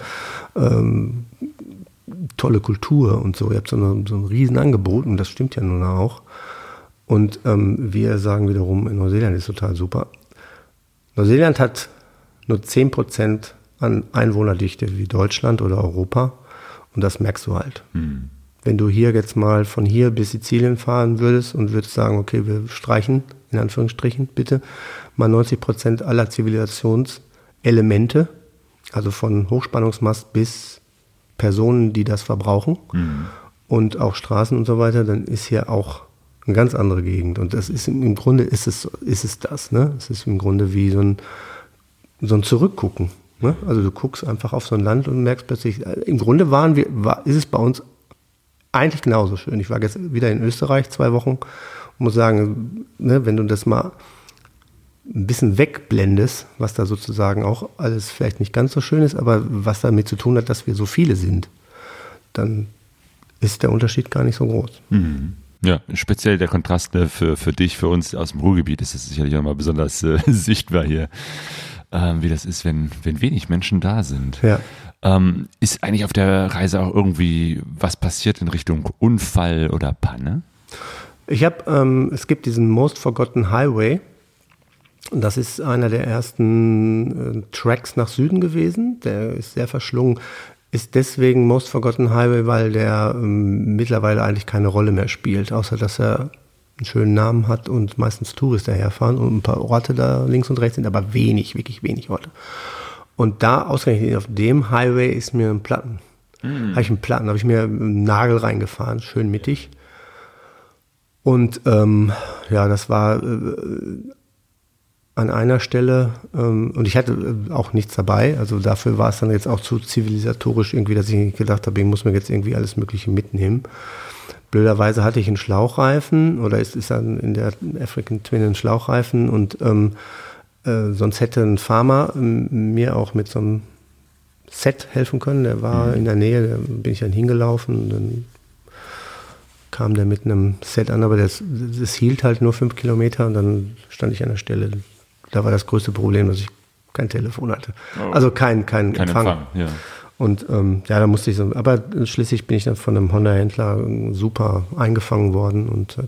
ähm, tolle Kultur und so, ihr habt so, eine, so ein Riesenangebot und das stimmt ja nun auch. Und ähm, wir sagen wiederum, in Neuseeland ist total super. Neuseeland hat nur zehn Prozent an Einwohnerdichte wie Deutschland oder Europa. Und das merkst du halt. Hm. Wenn du hier jetzt mal von hier bis Sizilien fahren würdest und würdest sagen, okay, wir streichen, in Anführungsstrichen, bitte, mal neunzig Prozent aller Zivilisationselemente, also von Hochspannungsmast bis Personen, die das verbrauchen hm. und auch Straßen und so weiter, dann ist hier auch eine ganz andere Gegend. Und das ist im Grunde ist es, ist es das, ne? Es ist im Grunde wie so ein, so ein Zurückgucken. Ne? Also du guckst einfach auf so ein Land und merkst plötzlich, im Grunde waren wir, war, ist es bei uns eigentlich genauso schön. Ich war jetzt wieder in Österreich zwei Wochen und muss sagen, ne, wenn du das mal ein bisschen wegblendest, was da sozusagen auch alles vielleicht nicht ganz so schön ist, aber was damit zu tun hat, dass wir so viele sind, dann ist der Unterschied gar nicht so groß. Mhm. Ja, speziell der Kontrast ne, für, für dich, für uns aus dem Ruhrgebiet ist es sicherlich auch mal besonders äh, sichtbar hier. Ähm, wie das ist, wenn, wenn wenig Menschen da sind. Ja. Ähm, ist eigentlich auf der Reise auch irgendwie was passiert in Richtung Unfall oder Panne? Ich habe, ähm, es gibt diesen Most Forgotten Highway. Und das ist einer der ersten äh, Tracks nach Süden gewesen. Der ist sehr verschlungen. Ist deswegen Most Forgotten Highway, weil der ähm, mittlerweile eigentlich keine Rolle mehr spielt, außer dass er einen schönen Namen hat und meistens Touristen daherfahren und ein paar Orte da links und rechts sind, aber wenig, wirklich wenig Orte. Und da ausgerechnet auf dem Highway ist mir ein Platten. Mhm. Habe ich einen Platten, habe ich mir einen Nagel reingefahren, schön mittig. Und ähm, ja, das war äh, an einer Stelle, ähm, und ich hatte äh, auch nichts dabei, also dafür war es dann jetzt auch zu zivilisatorisch irgendwie, dass ich gedacht habe, ich muss mir jetzt irgendwie alles Mögliche mitnehmen. Blöderweise hatte ich einen Schlauchreifen oder ist, ist dann in der African Twin ein Schlauchreifen und ähm, äh, sonst hätte ein Farmer ähm, mir auch mit so einem Set helfen können. Der war mhm. in der Nähe, da bin ich dann hingelaufen, dann kam der mit einem Set an, aber das, das hielt halt nur fünf Kilometer und dann stand ich an der Stelle. Da war das größte Problem, dass ich kein Telefon hatte. Oh. Also kein, kein, kein Empfang. Empfang ja. Und ähm, ja, da musste ich so, aber schließlich bin ich dann von einem Honda-Händler super eingefangen worden. Und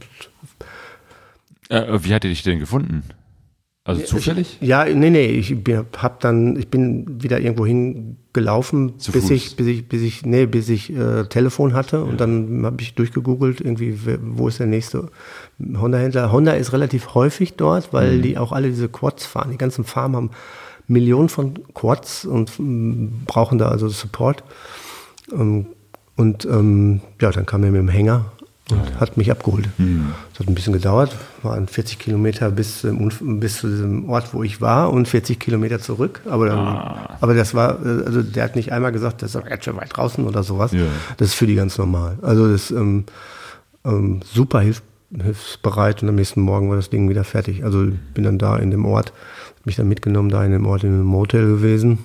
äh, wie hat er dich denn gefunden? Also zufällig? Ich, ja, nee, nee, ich bin, hab dann, ich bin wieder irgendwo hingelaufen, Zu bis Fuß. ich, bis ich, bis ich, nee, bis ich äh, Telefon hatte ja. Und dann habe ich durchgegoogelt, irgendwie, wo ist der nächste Honda-Händler. Honda ist relativ häufig dort, weil mhm. die auch alle diese Quads fahren. Die ganzen Farmen haben Millionen von Quads und m, brauchen da also Support. Ähm, und ähm, ja, dann kam er mit dem Hänger und ja, ja. hat mich abgeholt. Mhm. Das hat ein bisschen gedauert, waren vierzig Kilometer bis, bis zu diesem Ort, wo ich war und vierzig Kilometer zurück. Aber, dann, ah. aber das war, also der hat nicht einmal gesagt, das ist jetzt schon weit draußen oder sowas. Ja. Das ist für die ganz normal. Also das ist ähm, ähm, super hilf, hilfsbereit und am nächsten Morgen war das Ding wieder fertig. Also bin dann da in dem Ort, mich dann mitgenommen, da in dem Ort in einem Motel gewesen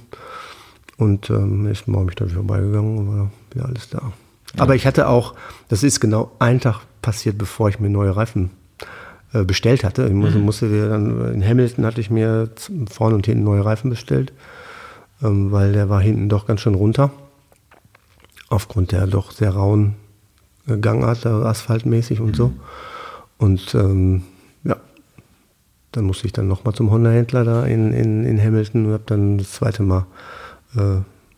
und ähm, am nächsten Morgen bin ich dann wieder vorbeigegangen und war wieder alles da. Ja. Aber ich hatte auch, das ist genau ein Tag passiert, bevor ich mir neue Reifen äh, bestellt hatte. Ich musste, mhm. musste wir dann, in Hamilton hatte ich mir vorne und hinten neue Reifen bestellt, ähm, weil der war hinten doch ganz schön runter. Aufgrund der doch sehr rauen äh, Gangart, asphaltmäßig und mhm. so. Und ähm, ja, dann musste ich dann nochmal zum Honda-Händler da in, in, in Hamilton und habe dann das zweite Mal äh,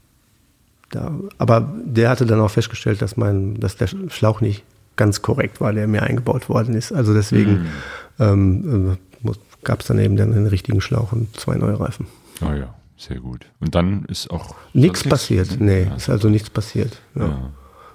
da. Aber der hatte dann auch festgestellt, dass mein, dass der Schlauch nicht ganz korrekt war, der mir eingebaut worden ist. Also deswegen mhm. ähm, äh, gab es dann eben dann einen richtigen Schlauch und zwei neue Reifen. Oh ja, sehr gut. Und dann ist auch nichts passiert. Nee, ja, ist also nichts passiert. Ja. Ja.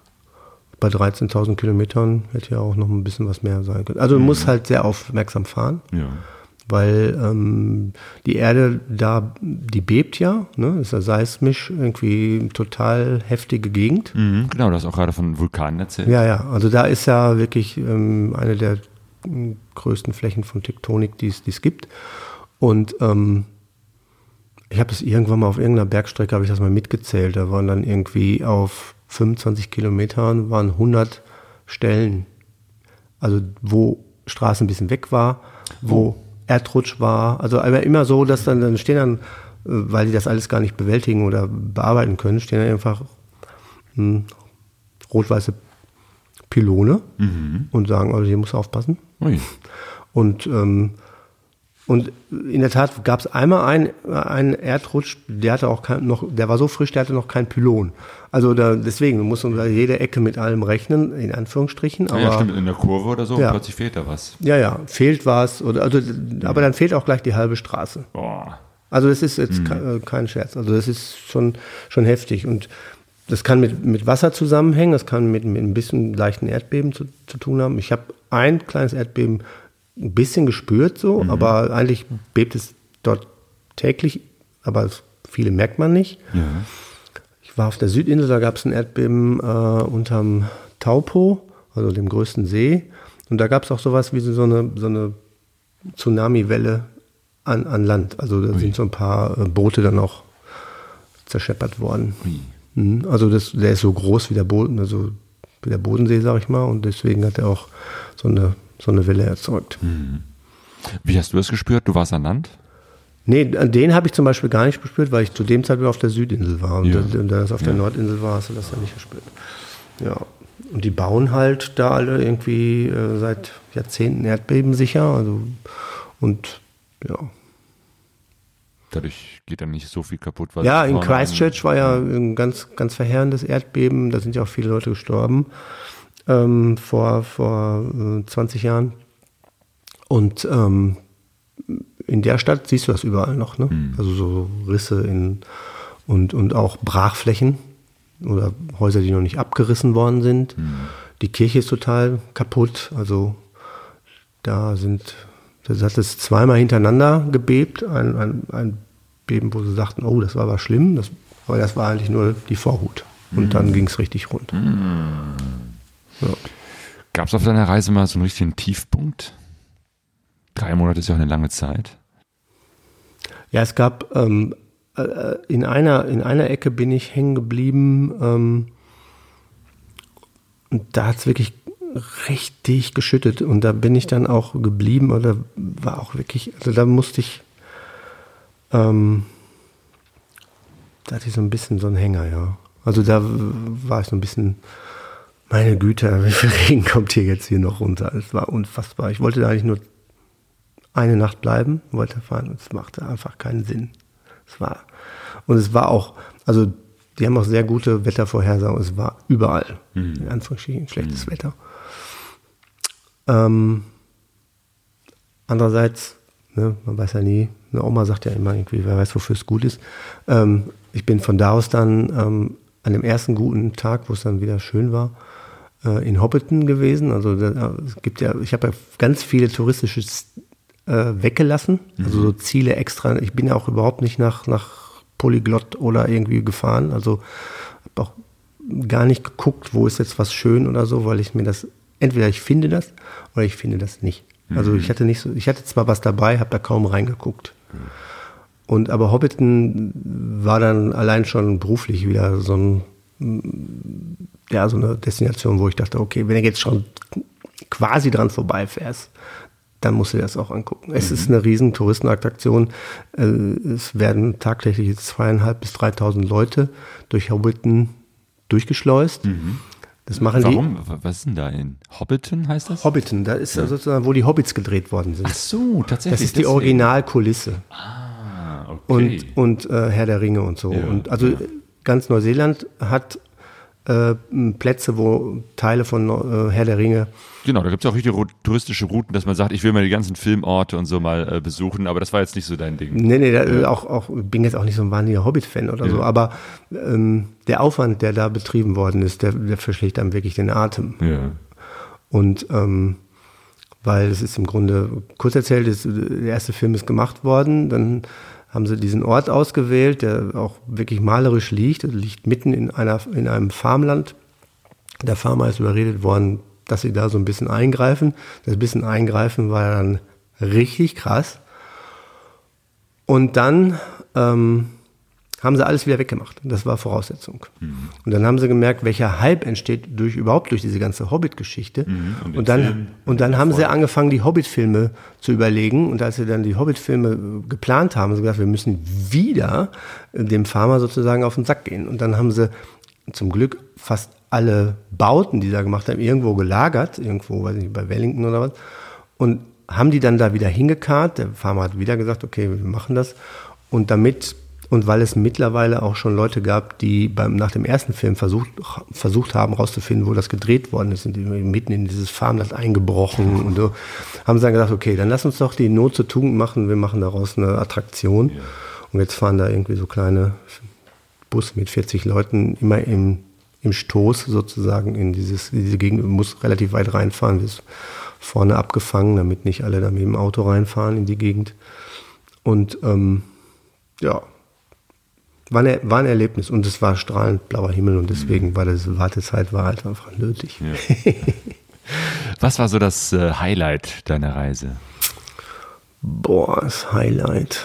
Bei dreizehntausend Kilometern hätte ja auch noch ein bisschen was mehr sein können. Also du mhm. musst halt sehr aufmerksam fahren. Ja. Weil ähm, die Erde da, die bebt ja, ne? Ist ja seismisch irgendwie total heftige Gegend. Mhm, genau, du hast auch gerade von Vulkanen erzählt. Ja, ja, also da ist ja wirklich ähm, eine der äh, größten Flächen von Tektonik, die es gibt. Und ähm, ich habe das irgendwann mal auf irgendeiner Bergstrecke, habe ich das mal mitgezählt, da waren dann irgendwie auf fünfundzwanzig Kilometern waren hundert Stellen, also wo Straße ein bisschen weg war, wo oh. Erdrutsch war, also aber immer so, dass dann, dann stehen dann, weil die das alles gar nicht bewältigen oder bearbeiten können, stehen dann einfach hm, rot-weiße Pylone mhm. und sagen, also hier musst du aufpassen. Ui. Und ähm, Und in der Tat gab es einmal einen, einen Erdrutsch, der hatte auch kein, noch, der war so frisch, der hatte noch kein Pylon. Also da, deswegen, du musst unter jede Ecke mit allem rechnen, in Anführungsstrichen. Aber, ja, stimmt, in der Kurve oder so, ja. Plötzlich fehlt da was. Ja, ja, fehlt was. Oder, also, mhm. Aber dann fehlt auch gleich die halbe Straße. Boah. Also das ist jetzt mhm. kein, kein Scherz. Also das ist schon, schon heftig. Und das kann mit, mit Wasser zusammenhängen, das kann mit, mit ein bisschen leichten Erdbeben zu, zu tun haben. Ich habe ein kleines Erdbeben ein bisschen gespürt so, mhm. aber eigentlich bebt es dort täglich, aber viele merkt man nicht. Ja. Ich war auf der Südinsel, da gab es ein Erdbeben äh, unterm Taupo, also dem größten See, und da gab es auch sowas wie so eine, so eine Tsunami-Welle an, an Land. Also da Ui. sind so ein paar äh, Boote dann auch zerscheppert worden. Mhm. Also das, der ist so groß wie der Boden, also wie der Bodensee, sag ich mal, und deswegen hat er auch so eine so eine Welle erzeugt. Mhm. Wie hast du das gespürt? Du warst an Land? Nee, den habe ich zum Beispiel gar nicht gespürt, weil ich zu dem Zeitpunkt auf der Südinsel war. Und ja. da, da das auf der ja. Nordinsel war, hast du das ja nicht gespürt. Ja. Und die bauen halt da alle irgendwie äh, seit Jahrzehnten Erdbeben sicher. Also, und ja. Dadurch geht dann nicht so viel kaputt. Was ja, in Christchurch war ja ein ganz, ganz verheerendes Erdbeben. Da sind ja auch viele Leute gestorben. Ähm, vor, vor äh, zwanzig Jahren. Und ähm, in der Stadt siehst du das überall noch, ne? Mhm. Also so Risse in, und, und auch Brachflächen oder Häuser, die noch nicht abgerissen worden sind. Mhm. Die Kirche ist total kaputt. Also da sind, das hat es zweimal hintereinander gebebt. Ein, ein, ein Beben, wo sie sagten, oh, das war aber schlimm. Das, aber das war eigentlich nur die Vorhut. Und mhm. dann ging es richtig rund. Mhm. Ja. Gab es auf deiner Reise mal so einen richtigen Tiefpunkt? Drei Monate ist ja auch eine lange Zeit. Ja, es gab ähm, äh, in einer in einer Ecke bin ich hängen geblieben. Ähm, und da hat es wirklich richtig geschüttet. Und da bin ich dann auch geblieben. Oder war auch wirklich, also da musste ich, ähm, da hatte ich so ein bisschen so einen Hänger, ja. Also da war ich so ein bisschen... Meine Güte, wie viel Regen kommt hier jetzt hier noch runter? Es war unfassbar. Ich wollte da eigentlich nur eine Nacht bleiben, wollte fahren. Es machte einfach keinen Sinn. Es war, und es war auch, also die haben auch sehr gute Wettervorhersagen. Es war überall, mhm. in Anführungsstrichen, schlechtes mhm. Wetter. Ähm, andererseits, ne, man weiß ja nie, eine Oma sagt ja immer irgendwie, wer weiß, wofür es gut ist. Ähm, ich bin von da aus dann ähm, an dem ersten guten Tag, wo es dann wieder schön war, in Hobbiton gewesen. Also da, es gibt ja, ich habe ja ganz viele touristische äh, weggelassen, mhm. also so Ziele extra. Ich bin ja auch überhaupt nicht nach, nach Polyglott oder irgendwie gefahren. Also habe auch gar nicht geguckt, wo ist jetzt was schön oder so, weil ich mir das entweder ich finde das oder ich finde das nicht. Also ich hatte nicht so, ich hatte zwar was dabei, habe da kaum reingeguckt. Und aber Hobbiton war dann allein schon beruflich wieder so ein, ja, so eine Destination, wo ich dachte, okay, wenn du jetzt schon quasi dran vorbeifährst, dann musst du dir das auch angucken. Es mhm. ist eine riesen Touristenattraktion. Es werden tagtäglich zweieinhalb bis dreitausend Leute durch Hobbiton durchgeschleust. Mhm. Das machen Warum? die. Was ist denn da in Hobbiton, heißt das? Hobbiton, da ist ja. sozusagen, wo die Hobbits gedreht worden sind. Ach so, tatsächlich. Das ist die Originalkulisse. Ah, okay. Und, und äh, Herr der Ringe und so. Ja, und also ja. ganz Neuseeland hat äh, Plätze, wo Teile von äh, Herr der Ringe. Genau, da gibt es auch richtig touristische Routen, dass man sagt, ich will mal die ganzen Filmorte und so mal äh, besuchen, aber das war jetzt nicht so dein Ding. Nee, nee, da, ja. auch, auch, bin jetzt auch nicht so ein wahnsinniger Hobbit-Fan oder ja. so, aber ähm, der Aufwand, der da betrieben worden ist, der, der verschlägt einem wirklich den Atem. Ja. Und ähm, weil es ist im Grunde, kurz erzählt, ist, der erste Film ist gemacht worden, dann haben sie diesen Ort ausgewählt, der auch wirklich malerisch liegt, der liegt mitten in, einer, in einem Farmland. Der Farmer ist überredet worden, dass sie da so ein bisschen eingreifen. Das bisschen Eingreifen war dann richtig krass. Und dann ähm, haben sie alles wieder weggemacht. Das war Voraussetzung. Mhm. Und dann haben sie gemerkt, welcher Hype entsteht durch überhaupt durch diese ganze Hobbit-Geschichte. Mhm. Und, und dann, Film, und dann haben sie angefangen, die Hobbit-Filme zu überlegen. Und als sie dann die Hobbit-Filme geplant haben, haben sie gesagt, wir müssen wieder dem Farmer sozusagen auf den Sack gehen. Und dann haben sie zum Glück fast alle Bauten, die sie da gemacht haben, irgendwo gelagert, irgendwo, weiß ich nicht, bei Wellington oder was, und haben die dann da wieder hingekarrt. Der Farmer hat wieder gesagt, okay, wir machen das. Und damit, und weil es mittlerweile auch schon Leute gab, die beim, nach dem ersten Film versucht, versucht haben, rauszufinden, wo das gedreht worden ist, sind die mitten in dieses Farmland eingebrochen und so, haben sie dann gesagt, okay, dann lass uns doch die Not zur Tugend machen, wir machen daraus eine Attraktion. Ja. Und jetzt fahren da irgendwie so kleine Busse mit vierzig Leuten immer im im Stoß sozusagen in dieses, diese Gegend, muss relativ weit reinfahren, ist vorne abgefangen, damit nicht alle da mit dem Auto reinfahren in die Gegend. Und ähm, ja, war, eine, war ein Erlebnis und es war strahlend blauer Himmel und deswegen war diese Wartezeit war halt einfach nötig. Ja. Was war so das äh, Highlight deiner Reise? Boah, das Highlight.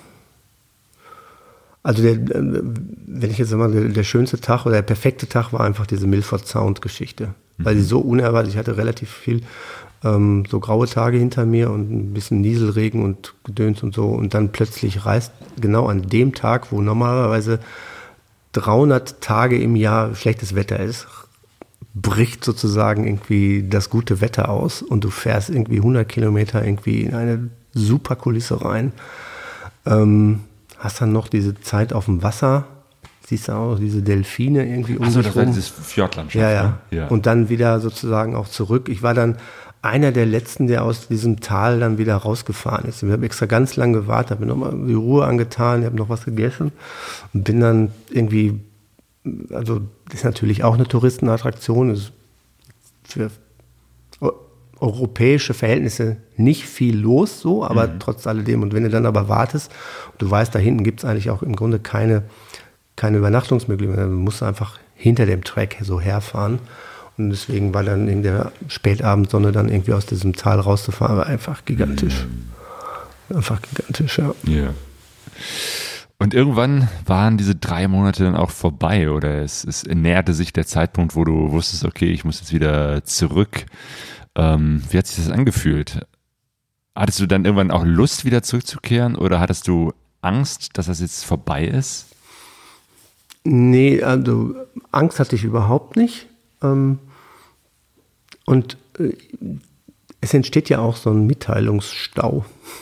Also der, wenn ich jetzt sage, der, der schönste Tag oder der perfekte Tag war einfach diese Milford Sound Geschichte, mhm. weil sie so unerwartet, ich hatte relativ viel ähm, so graue Tage hinter mir und ein bisschen Nieselregen und Gedöns und so und dann plötzlich reißt genau an dem Tag, wo normalerweise dreihundert Tage im Jahr schlechtes Wetter ist, bricht sozusagen irgendwie das gute Wetter aus und du fährst irgendwie hundert Kilometer irgendwie in eine super Kulisse rein. Ähm, Hast dann noch diese Zeit auf dem Wasser, siehst du auch diese Delfine irgendwie um Ach so, sich das rum. war dieses Fjordlandschaft. Ja, ja, ne? ja. Und dann wieder sozusagen auch zurück. Ich war dann einer der Letzten, der aus diesem Tal dann wieder rausgefahren ist. Ich habe extra ganz lange gewartet, habe mir nochmal die Ruhe angetan, ich habe noch was gegessen und bin dann irgendwie, also das ist natürlich auch eine Touristenattraktion, ist für europäische Verhältnisse nicht viel los, so, aber mhm. trotz alledem. Und wenn du dann aber wartest, du weißt, da hinten gibt es eigentlich auch im Grunde keine, keine Übernachtungsmöglichkeiten. Du musst einfach hinter dem Track so herfahren. Und deswegen war dann in der Spätabendsonne dann irgendwie aus diesem Tal rauszufahren, war einfach gigantisch. Mhm. Einfach gigantisch, ja. Yeah. Und irgendwann waren diese drei Monate dann auch vorbei oder es, es näherte sich der Zeitpunkt, wo du wusstest, okay, ich muss jetzt wieder zurück. Ähm, wie hat sich das angefühlt? Hattest du dann irgendwann auch Lust, wieder zurückzukehren oder hattest du Angst, dass das jetzt vorbei ist? Nee, also Angst hatte ich überhaupt nicht. Ähm, und äh, es entsteht ja auch so ein Mitteilungsstau.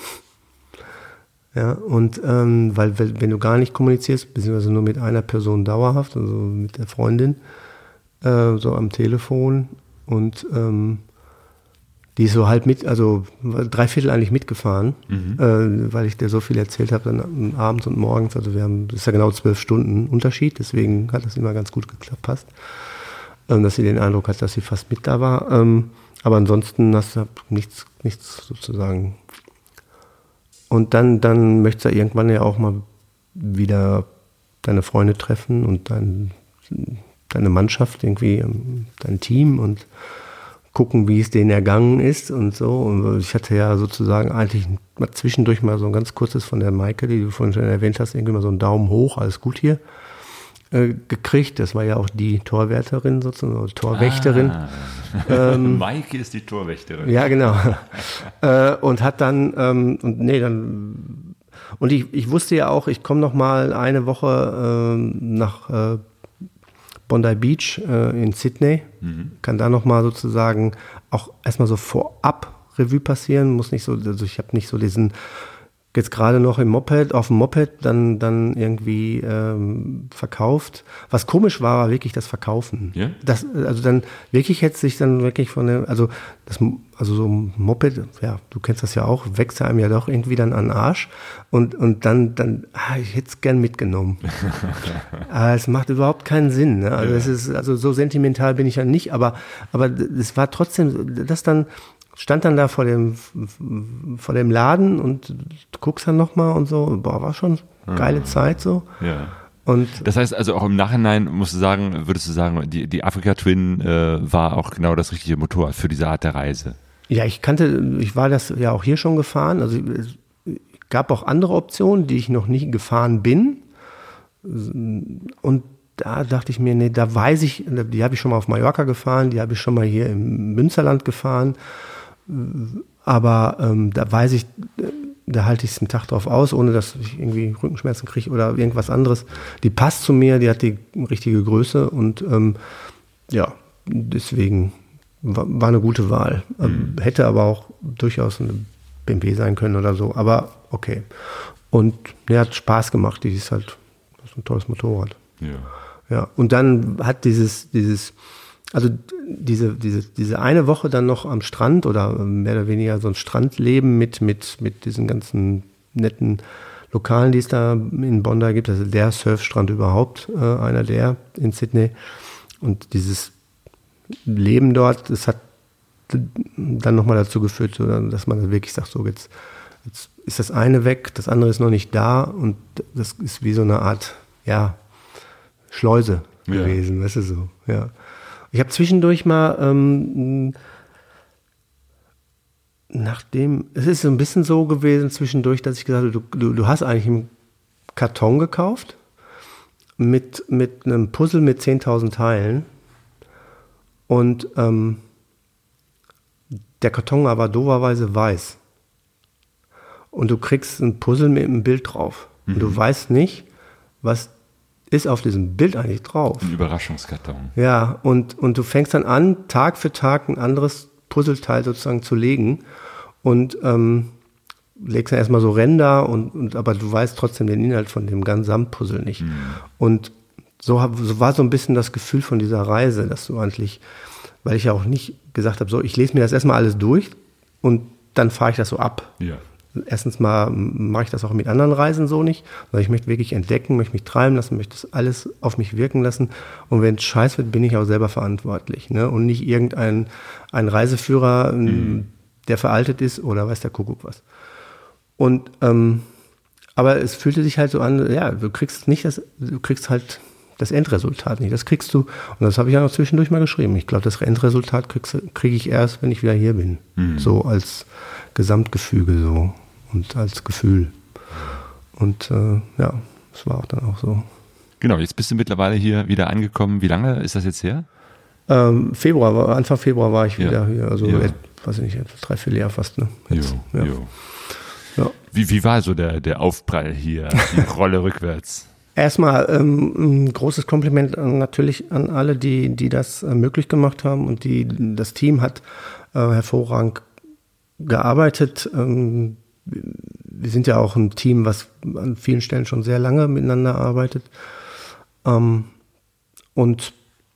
Ja, und ähm, weil, wenn du gar nicht kommunizierst, beziehungsweise nur mit einer Person dauerhaft, also mit der Freundin, äh, so am Telefon und ähm, die ist so halb mit, also drei Viertel eigentlich mitgefahren, mhm. äh, weil ich dir so viel erzählt habe, dann abends und morgens, also wir haben, das ist ja genau zwölf Stunden Unterschied, deswegen hat das immer ganz gut gepasst, ähm, dass sie den Eindruck hat, dass sie fast mit da war, ähm, aber ansonsten hast du nichts, nichts sozusagen. Und dann, dann möchtest du irgendwann ja auch mal wieder deine Freunde treffen und dein, deine Mannschaft irgendwie, dein Team und gucken, wie es denen ergangen ist und so. Und ich hatte ja sozusagen eigentlich mal zwischendurch mal so ein ganz kurzes von der Maike, die du vorhin schon erwähnt hast, irgendwie mal so einen Daumen hoch, alles gut hier, äh, gekriegt. Das war ja auch die Torwärterin sozusagen, oder Torwächterin. Ah. Ähm, Maike ist die Torwächterin. Ja, genau. äh, und hat dann, ähm, und nee, dann, und ich, ich wusste ja auch, ich komme noch mal eine Woche ähm, nach äh, Bondi Beach äh, in Sydney, mhm. kann da noch mal sozusagen auch erstmal so vorab Revue passieren, muss nicht so, also ich habe nicht so diesen, jetzt gerade noch im Moped, auf dem Moped dann, dann irgendwie ähm, verkauft. Was komisch war, war wirklich das Verkaufen. Ja? Das, also dann wirklich hätte sich dann wirklich von der, also das, also so ein Moped, ja, du kennst das ja auch, wächst einem ja doch irgendwie dann an den Arsch und, und dann, dann, ah, ich hätte es gern mitgenommen. Aber es macht überhaupt keinen Sinn, ne? Also ja. es ist, also so sentimental bin ich ja nicht, aber, aber es war trotzdem, das dann, stand dann da vor dem, vor dem Laden und du guckst dann nochmal und so, boah, war schon eine geile mhm. Zeit so. Ja. Und das heißt also auch im Nachhinein musst du sagen, würdest du sagen, die, die Africa Twin äh, war auch genau das richtige Motorrad für diese Art der Reise? Ja, ich kannte, ich war das ja auch hier schon gefahren, also es gab auch andere Optionen, die ich noch nie gefahren bin und da dachte ich mir, nee, da weiß ich, die habe ich schon mal auf Mallorca gefahren, die habe ich schon mal hier im Münsterland gefahren. Aber ähm, da weiß ich, da halte ich es einen Tag drauf aus, ohne dass ich irgendwie Rückenschmerzen kriege oder irgendwas anderes. Die passt zu mir, die hat die richtige Größe und ähm, ja, deswegen war, war eine gute Wahl. Mhm. Hätte aber auch durchaus eine B M W sein können oder so, aber okay. Und der hat Spaß gemacht, die ist halt, das ist ein tolles Motorrad. Ja. Ja, und dann hat dieses, dieses, also diese, diese, diese eine Woche dann noch am Strand oder mehr oder weniger so ein Strandleben mit, mit, mit diesen ganzen netten Lokalen, die es da in Bondi gibt, also der Surfstrand überhaupt, äh, einer der in Sydney. Und dieses Leben dort, das hat dann nochmal dazu geführt, dass man wirklich sagt, so jetzt, jetzt ist das eine weg, das andere ist noch nicht da und das ist wie so eine Art, ja, Schleuse ja. gewesen, weißt du so, ja. Ich habe zwischendurch mal, ähm, nachdem, es ist so ein bisschen so gewesen zwischendurch, dass ich gesagt habe, du, du, du hast eigentlich einen Karton gekauft mit, mit einem Puzzle mit zehntausend Teilen und ähm, der Karton aber doverweise weiß. Und du kriegst ein Puzzle mit einem Bild drauf. Mhm. Und du weißt nicht, was ist auf diesem Bild eigentlich drauf. Ein Überraschungskarton. Ja, und, und du fängst dann an, Tag für Tag ein anderes Puzzleteil sozusagen zu legen und ähm, legst dann erstmal so Ränder, und, und, aber du weißt trotzdem den Inhalt von dem Gesamtpuzzle nicht. Mhm. Und so, hab, so war so ein bisschen das Gefühl von dieser Reise, dass du eigentlich, weil ich ja auch nicht gesagt habe, so, ich lese mir das erstmal alles durch und dann fahre ich das so ab. Ja. Erstens mal mache ich das auch mit anderen Reisen so nicht, sondern ich möchte wirklich entdecken, möchte mich treiben lassen, möchte das alles auf mich wirken lassen. Und wenn es scheiß wird, bin ich auch selber verantwortlich, ne? Und nicht irgendein ein Reiseführer, mhm. der veraltet ist oder weiß der Kuckuck was. Und ähm, aber es fühlte sich halt so an, ja, du kriegst nicht das, du kriegst halt das Endresultat nicht. Das kriegst du, und das habe ich ja noch zwischendurch mal geschrieben. Ich glaube, das Endresultat kriege ich erst, wenn ich wieder hier bin. Mhm. So als Gesamtgefüge so. Und als Gefühl. Und äh, ja, das war auch dann auch so. Genau, jetzt bist du mittlerweile hier wieder angekommen. Wie lange ist das jetzt her? Ähm, Februar, Anfang Februar war ich ja. wieder hier. Also, ja. et, weiß ich nicht, etwa drei, vier Jahre fast. Ne? Jetzt, jo, ja. jo. Ja. Wie, wie war so der, der Aufprall hier, die Rolle rückwärts? Erstmal ähm, ein großes Kompliment an, natürlich an alle, die, die das äh, möglich gemacht haben. Und die, das Team hat äh, hervorragend gearbeitet. Ähm, wir sind ja auch ein Team, was an vielen Stellen schon sehr lange miteinander arbeitet. Ähm, und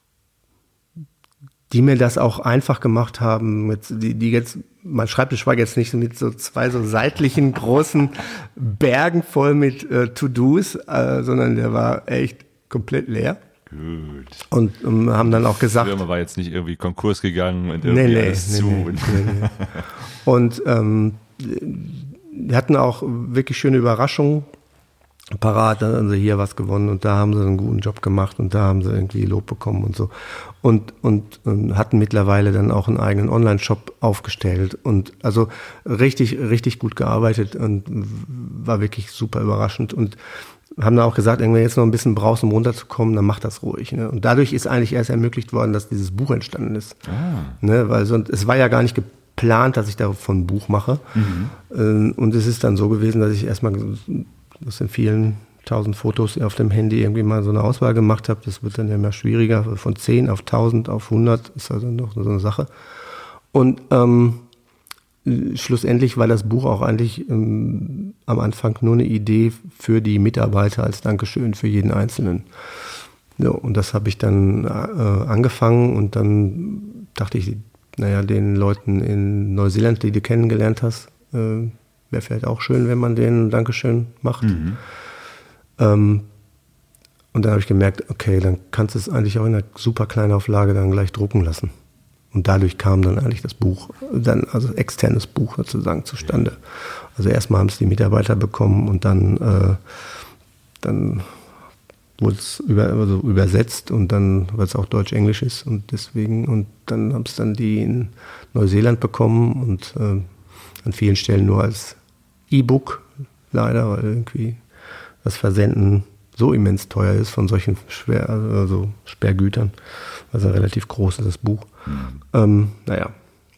die mir das auch einfach gemacht haben, mit, die, die jetzt, mein Schreibtisch war jetzt nicht mit so zwei so seitlichen großen Bergen voll mit äh, To-Dos, äh, sondern der war echt komplett leer. Gut. Und ähm, haben dann auch gesagt... Die Firma war jetzt nicht irgendwie Konkurs gegangen und irgendwie nee, nee, alles nee, zu. Nee, nee, nee. Und ähm, wir hatten auch wirklich schöne Überraschungen. parat, da haben sie hier was gewonnen und da haben sie einen guten Job gemacht und da haben sie irgendwie Lob bekommen und so. Und, und, und hatten mittlerweile dann auch einen eigenen Online-Shop aufgestellt und also richtig, richtig gut gearbeitet und war wirklich super überraschend und haben dann auch gesagt, wenn du jetzt noch ein bisschen brauchst, um runterzukommen, dann mach das ruhig. Ne? Und dadurch ist eigentlich erst ermöglicht worden, dass dieses Buch entstanden ist. Ah. Ne? Weil sonst, es war ja gar nicht geplant, dass ich davon ein Buch mache. Mhm. Und es ist dann so gewesen, dass ich erstmal aus den vielen tausend Fotos auf dem Handy irgendwie mal so eine Auswahl gemacht habe. Das wird dann immer schwieriger. Von zehn auf tausend auf hundert ist also noch so eine Sache. Und ähm, schlussendlich war das Buch auch eigentlich ähm, am Anfang nur eine Idee für die Mitarbeiter als Dankeschön für jeden Einzelnen. Ja, und das habe ich dann äh, angefangen und dann dachte ich, naja, den Leuten in Neuseeland, die du kennengelernt hast, äh, wäre vielleicht auch schön, wenn man denen Dankeschön macht. Mhm. Ähm, und dann habe ich gemerkt, okay, dann kannst du es eigentlich auch in einer super kleinen Auflage dann gleich drucken lassen. Und dadurch kam dann eigentlich das Buch, dann also externes Buch sozusagen zustande. Also erstmal haben es die Mitarbeiter bekommen und dann, äh, dann wurde es über, also übersetzt und dann, weil es auch Deutsch-Englisch ist und deswegen, und dann haben es dann die in Neuseeland bekommen und äh, an vielen Stellen nur als E-Book, leider, weil irgendwie das Versenden so immens teuer ist von solchen Schwer, also Sperrgütern, also ein relativ großes Buch. Mhm. Ähm, naja.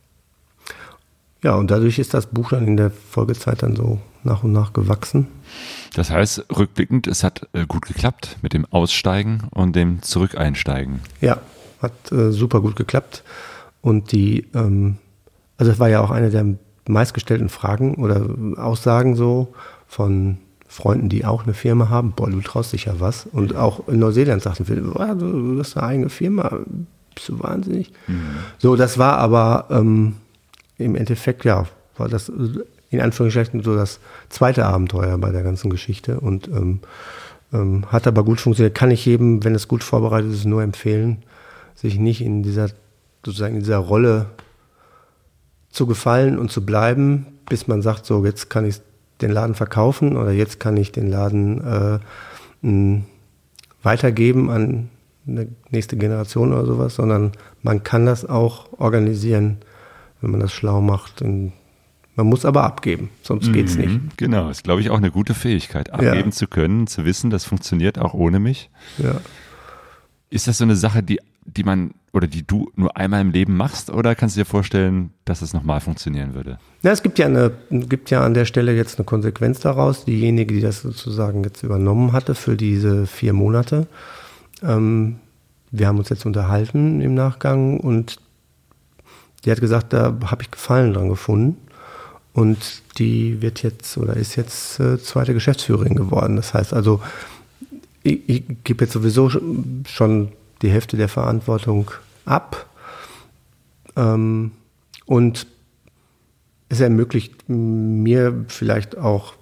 Ja, und dadurch ist das Buch dann in der Folgezeit dann so nach und nach gewachsen. Das heißt, rückblickend, es hat äh, gut geklappt mit dem Aussteigen und dem Zurückeinsteigen. Ja, hat äh, super gut geklappt. Und die, ähm, also es war ja auch eine der meistgestellten Fragen oder Aussagen so von Freunden, die auch eine Firma haben. Boah, du traust dich ja was. Und auch in Neuseeland sagten viele, boah, du hast eine eigene Firma, bist du wahnsinnig. Mhm. So, das war aber ähm, im Endeffekt, ja, war das in Anführungsstrichen so das zweite Abenteuer bei der ganzen Geschichte und ähm, ähm, hat aber gut funktioniert. Kann ich jedem, wenn es gut vorbereitet ist, nur empfehlen, sich nicht in dieser, sozusagen in dieser Rolle zu gefallen und zu bleiben, bis man sagt, so jetzt kann ich den Laden verkaufen oder jetzt kann ich den Laden äh, m, weitergeben an eine nächste Generation oder sowas, sondern man kann das auch organisieren, wenn man das schlau macht. Und man muss aber abgeben, sonst mhm, geht's nicht. Genau, ist, glaube ich, auch eine gute Fähigkeit, abgeben ja. zu können, zu wissen, das funktioniert auch ohne mich. Ja. Ist das so eine Sache, die, die man oder die du nur einmal im Leben machst, oder kannst du dir vorstellen, dass es nochmal funktionieren würde? Ja, es gibt ja eine, gibt ja an der Stelle jetzt eine Konsequenz daraus. Diejenige, die das sozusagen jetzt übernommen hatte für diese vier Monate. Ähm, wir haben uns jetzt unterhalten im Nachgang und die hat gesagt, da habe ich Gefallen dran gefunden. Und die wird jetzt oder ist jetzt äh, zweite Geschäftsführerin geworden. Das heißt also, ich, ich gebe jetzt sowieso schon die Hälfte der Verantwortung ab. Ähm, und es ermöglicht mir vielleicht auch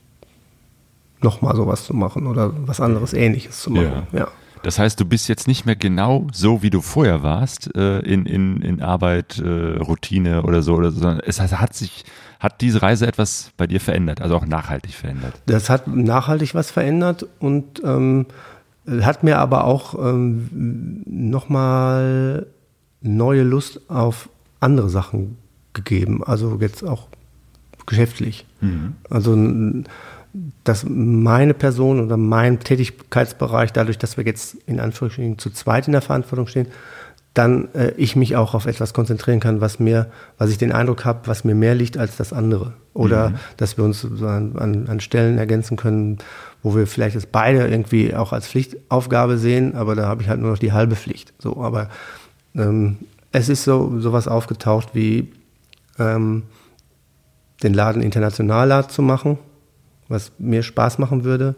nochmal sowas zu machen oder was anderes Ähnliches zu machen. Ja. Ja. Das heißt, du bist jetzt nicht mehr genau so, wie du vorher warst, äh, in, in, in Arbeit, äh, Routine oder so, oder so, sondern es hat, hat sich, hat diese Reise etwas bei dir verändert, also auch nachhaltig verändert? Das hat nachhaltig was verändert und ähm, hat mir aber auch ähm, nochmal neue Lust auf andere Sachen gegeben, also jetzt auch geschäftlich. Mhm. Also dass meine Person oder mein Tätigkeitsbereich, dadurch, dass wir jetzt in Anführungsstrichen zu zweit in der Verantwortung stehen, dann äh, ich mich auch auf etwas konzentrieren kann, was mir, was ich den Eindruck habe, was mir mehr liegt als das andere. Oder mhm. dass wir uns so an, an, an Stellen ergänzen können, wo wir vielleicht das beide irgendwie auch als Pflichtaufgabe sehen, aber da habe ich halt nur noch die halbe Pflicht. So, aber ähm, es ist so sowas aufgetaucht wie ähm, den Laden internationaler zu machen, was mir Spaß machen würde,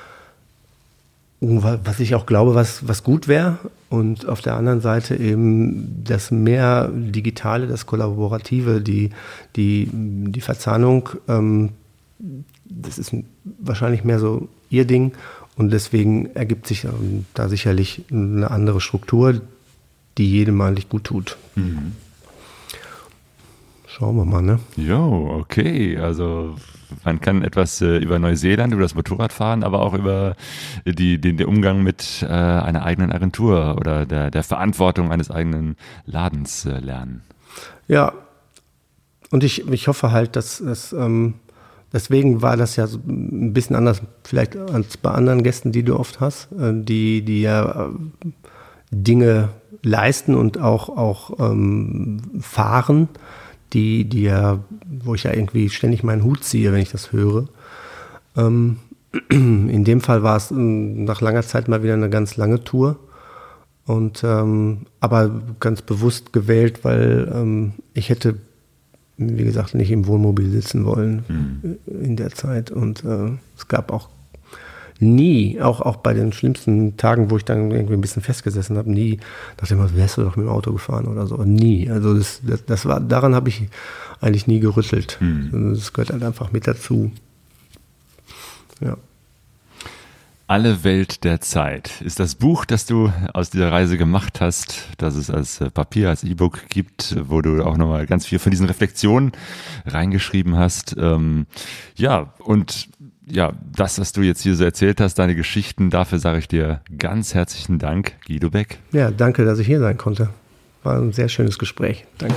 und was ich auch glaube, was, was gut wäre. Und auf der anderen Seite eben das mehr Digitale, das Kollaborative, die, die, die Verzahnung, ähm, das ist wahrscheinlich mehr so ihr Ding. Und deswegen ergibt sich ähm, da sicherlich eine andere Struktur, die jedem eigentlich gut tut. Mhm. Schauen wir mal, ne? Jo, okay. Also man kann etwas äh, über Neuseeland, über das Motorradfahren, aber auch über die, den, den Umgang mit äh, einer eigenen Agentur oder der, der Verantwortung eines eigenen Ladens äh, lernen. Ja, und ich, ich hoffe halt, dass es, ähm, deswegen war das ja so ein bisschen anders vielleicht als bei anderen Gästen, die du oft hast, äh, die, die ja äh, Dinge leisten und auch, auch ähm, fahren, die, die ja, wo ich ja irgendwie ständig meinen Hut ziehe, wenn ich das höre. Ähm, in dem Fall war es nach langer Zeit mal wieder eine ganz lange Tour. Und ähm, aber ganz bewusst gewählt, weil ähm, ich hätte, wie gesagt, nicht im Wohnmobil sitzen wollen mhm. in der Zeit. Und äh, es gab auch nie, auch, auch bei den schlimmsten Tagen, wo ich dann irgendwie ein bisschen festgesessen habe, nie, dachte ich immer, wärst du doch mit dem Auto gefahren oder so. Nie. Also das, das, das war, daran habe ich eigentlich nie gerüttelt. Mhm. Das gehört halt einfach mit dazu. Ja. Alle Welt der Zeit ist das Buch, das du aus dieser Reise gemacht hast, das es als Papier, als E-Book gibt, wo du auch nochmal ganz viel von diesen Reflexionen reingeschrieben hast. Ähm, ja, und ja, das, was du jetzt hier so erzählt hast, deine Geschichten, dafür sage ich dir ganz herzlichen Dank, Guido Beck. Ja, danke, dass ich hier sein konnte. War ein sehr schönes Gespräch. Danke.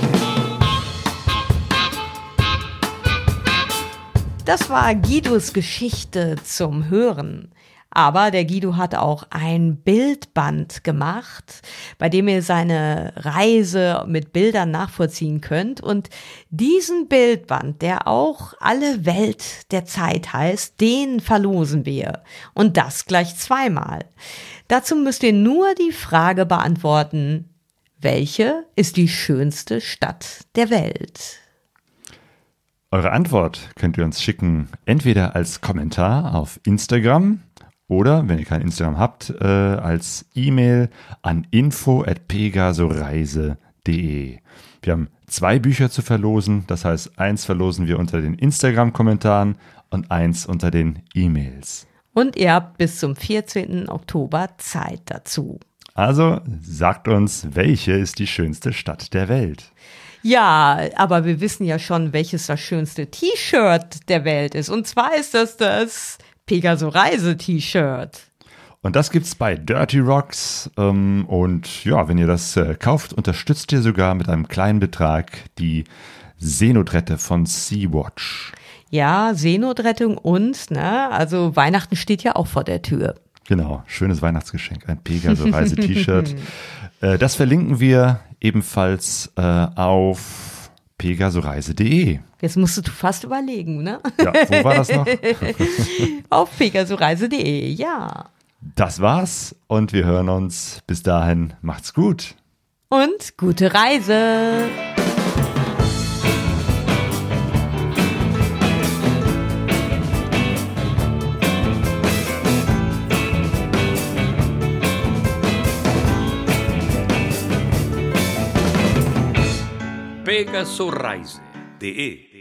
Das war Guidos Geschichte zum Hören. Aber der Guido hat auch ein Bildband gemacht, bei dem ihr seine Reise mit Bildern nachvollziehen könnt. Und diesen Bildband, der auch Alle Welt der Zeit heißt, den verlosen wir. Und das gleich zweimal. Dazu müsst ihr nur die Frage beantworten, welche ist die schönste Stadt der Welt? Eure Antwort könnt ihr uns schicken, entweder als Kommentar auf Instagram oder, wenn ihr kein Instagram habt, äh, als E-Mail an info at pegasoreise punkt de. Wir haben zwei Bücher zu verlosen, das heißt, eins verlosen wir unter den Instagram-Kommentaren und eins unter den E-Mails. Und ihr habt bis zum vierzehnten Oktober Zeit dazu. Also sagt uns, welche ist die schönste Stadt der Welt? Ja, aber wir wissen ja schon, welches das schönste T-Shirt der Welt ist. Und zwar ist das das Pegaso Reise T-Shirt. Und das gibt's bei Dirty Rocks. Ähm, und ja, wenn ihr das äh, kauft, unterstützt ihr sogar mit einem kleinen Betrag die Seenotrettung von Sea-Watch. Ja, Seenotrettung und, ne, also Weihnachten steht ja auch vor der Tür. Genau, schönes Weihnachtsgeschenk, ein Pegaso Reise T-Shirt. äh, das verlinken wir ebenfalls äh, auf pegasoreise punkt de. Jetzt musst du fast überlegen, ne? Ja, wo war das noch? Auf pegasoreise punkt de, ja. Das war's und wir hören uns. Bis dahin, macht's gut. Und gute Reise. pegasoreise punkt de